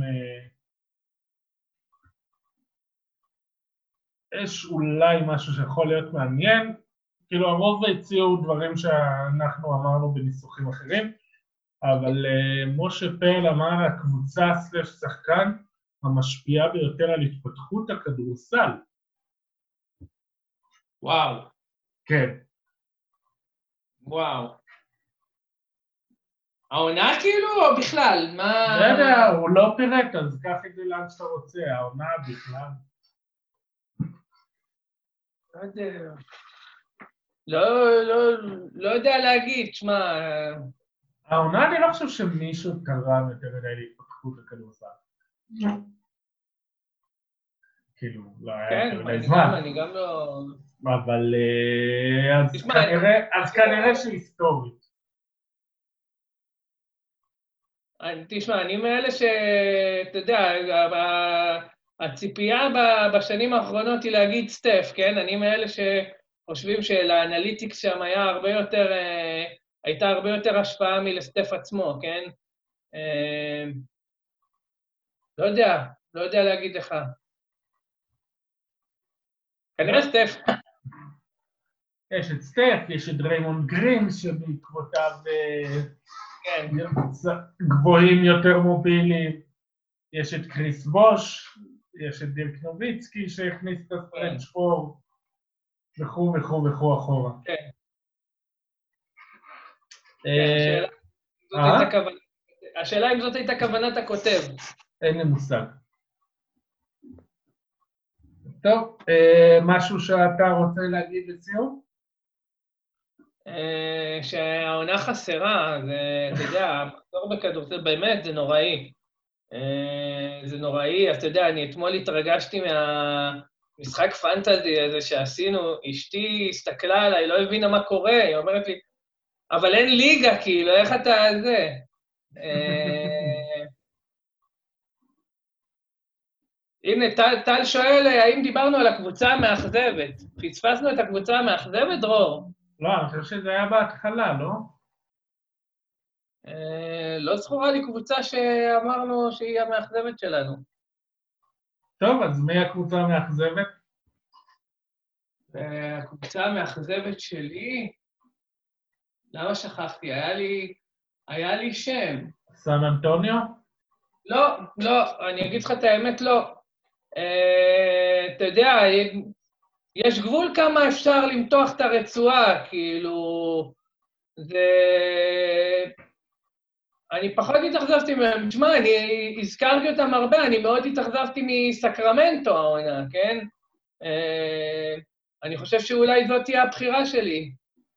יש אולי משהו שיכול להיות מעניין, כאילו הרוב הציעו דברים שאנחנו אמרנו בניסוחים אחרים, אבל משה פרל אמר, הקבוצה סלש שחקן המשפיעה ביותר על התפתחות הכדורסל. וואו. כן. וואו. העונה כאילו או בכלל? מה... לא יודע, הוא לא פירט, אז קח את זה לאן שאתה רוצה, העונה בכלל. לא יודע להגיד, שמה... העונה אני לא חושב שמישהו תרם יותר מדי להתפתחות הכדורסל. כאילו, לא היה יותר מדי זמן. כן, אני גם לא... אבל אז כנראה שהיסטורית. תשמע, אני מאלה שאתה יודע, הציפייה בשנים האחרונות היא להגיד סטף, כן? אני מאלה שחושבים שלאנליטיקס שם הייתה הרבה יותר השפעה מלסטף עצמו, כן? לא יודע להגיד לך. כנראה סטף. יש את סטף, יש את דריימונד גרין שבעקבותיו גבוהים יותר מובילים, יש את קריס בוש, יש את דירק נוביצקי שהכניס את הסטרנץ' פור, וכו' וכו' וכו' אחורה. כן. השאלה אם זאת הייתה כוונת הכותב. אין לי מושג. טוב, משהו שאתה רוצה להגיד לסיום? שהעונה חסרה, אתה יודע, המחזור בכדורסל באמת זה נוראי. זה נוראי, אז אתה יודע, אני אתמול התרגשתי מהמשחק פנטזי הזה שעשינו, אשתי הסתכלה עליי, לא הבינה מה קורה, היא אומרת לי, אבל אין ליגה, כאילו, איך אתה זה? הנה, טל שואל, האם דיברנו על הקבוצה המאכזבת? פספסנו את הקבוצה המאכזבת, דרור? לא, אני חושב שזה היה בהתחלה, לא? לא זכורה לי קבוצה שאמרנו שהיא המאכזבת שלנו. טוב, אז מי הקבוצה המאכזבת? הקבוצה המאכזבת שלי? למה שכחתי? היה לי שם. סן אנטוניו? לא, אני אגיד לך את האמת, לא. אתה יודע, יש גבול כמה אפשר למתוח את הרצועה, כאילו, אני פחות התאכזבתי מהם, תשמע, אני הזכרתי אותם הרבה, אני מאוד התאכזבתי מסקרמנטו העונה, כן? אני חושב שאולי זאת תהיה הבחירה שלי.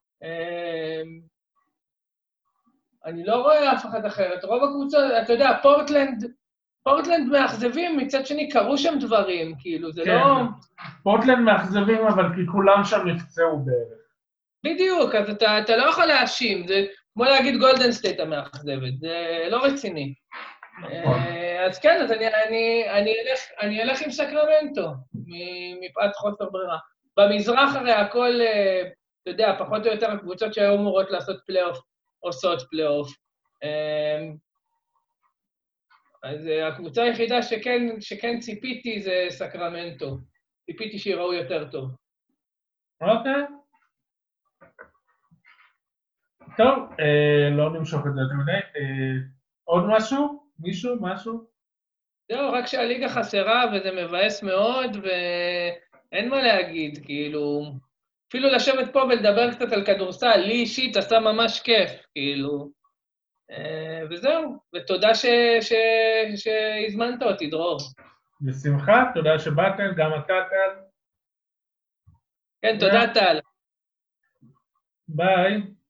אני לא רואה אף אחד אחרת, רוב הקבוצות, אתה יודע, פורטלנד מאכזבים, מצד שני קרו שם דברים, כאילו, זה לא... פורטלנד מאכזבים, אבל כי כולם שם נפצעו בערך. בדיוק, אז אתה לא יכול להאשים, זה כמו להגיד גולדן סטייט המאכזבת, זה לא רציני. אז כן, אז אני אלך עם סקרמנטו, מפאת חוסר ברירה. במזרח הרי הכל אתה יודע, פחות או יותר הקבוצות שהיו אמורות לעשות פלייאוף, עושות פלייאוף. אז הקבוצה היחידה שכן ציפיתי זה סקרמנטו. ציפיתי שיראו יותר טוב. אוקיי. טוב, לא נמשוך את זה יותר מדי. עוד משהו? מישהו? משהו? זהו, רק שהליגה חסרה וזה מבאס מאוד, ואין מה להגיד, כאילו... אפילו לשבת פה ולדבר קצת על כדורסל, לי אישית עשה ממש כיף, כאילו. וזהו, ותודה שהזמנת אותי, דרור. בשמחה, תודה שבאתם, גם אתה טל. כן, תודה טל. ביי.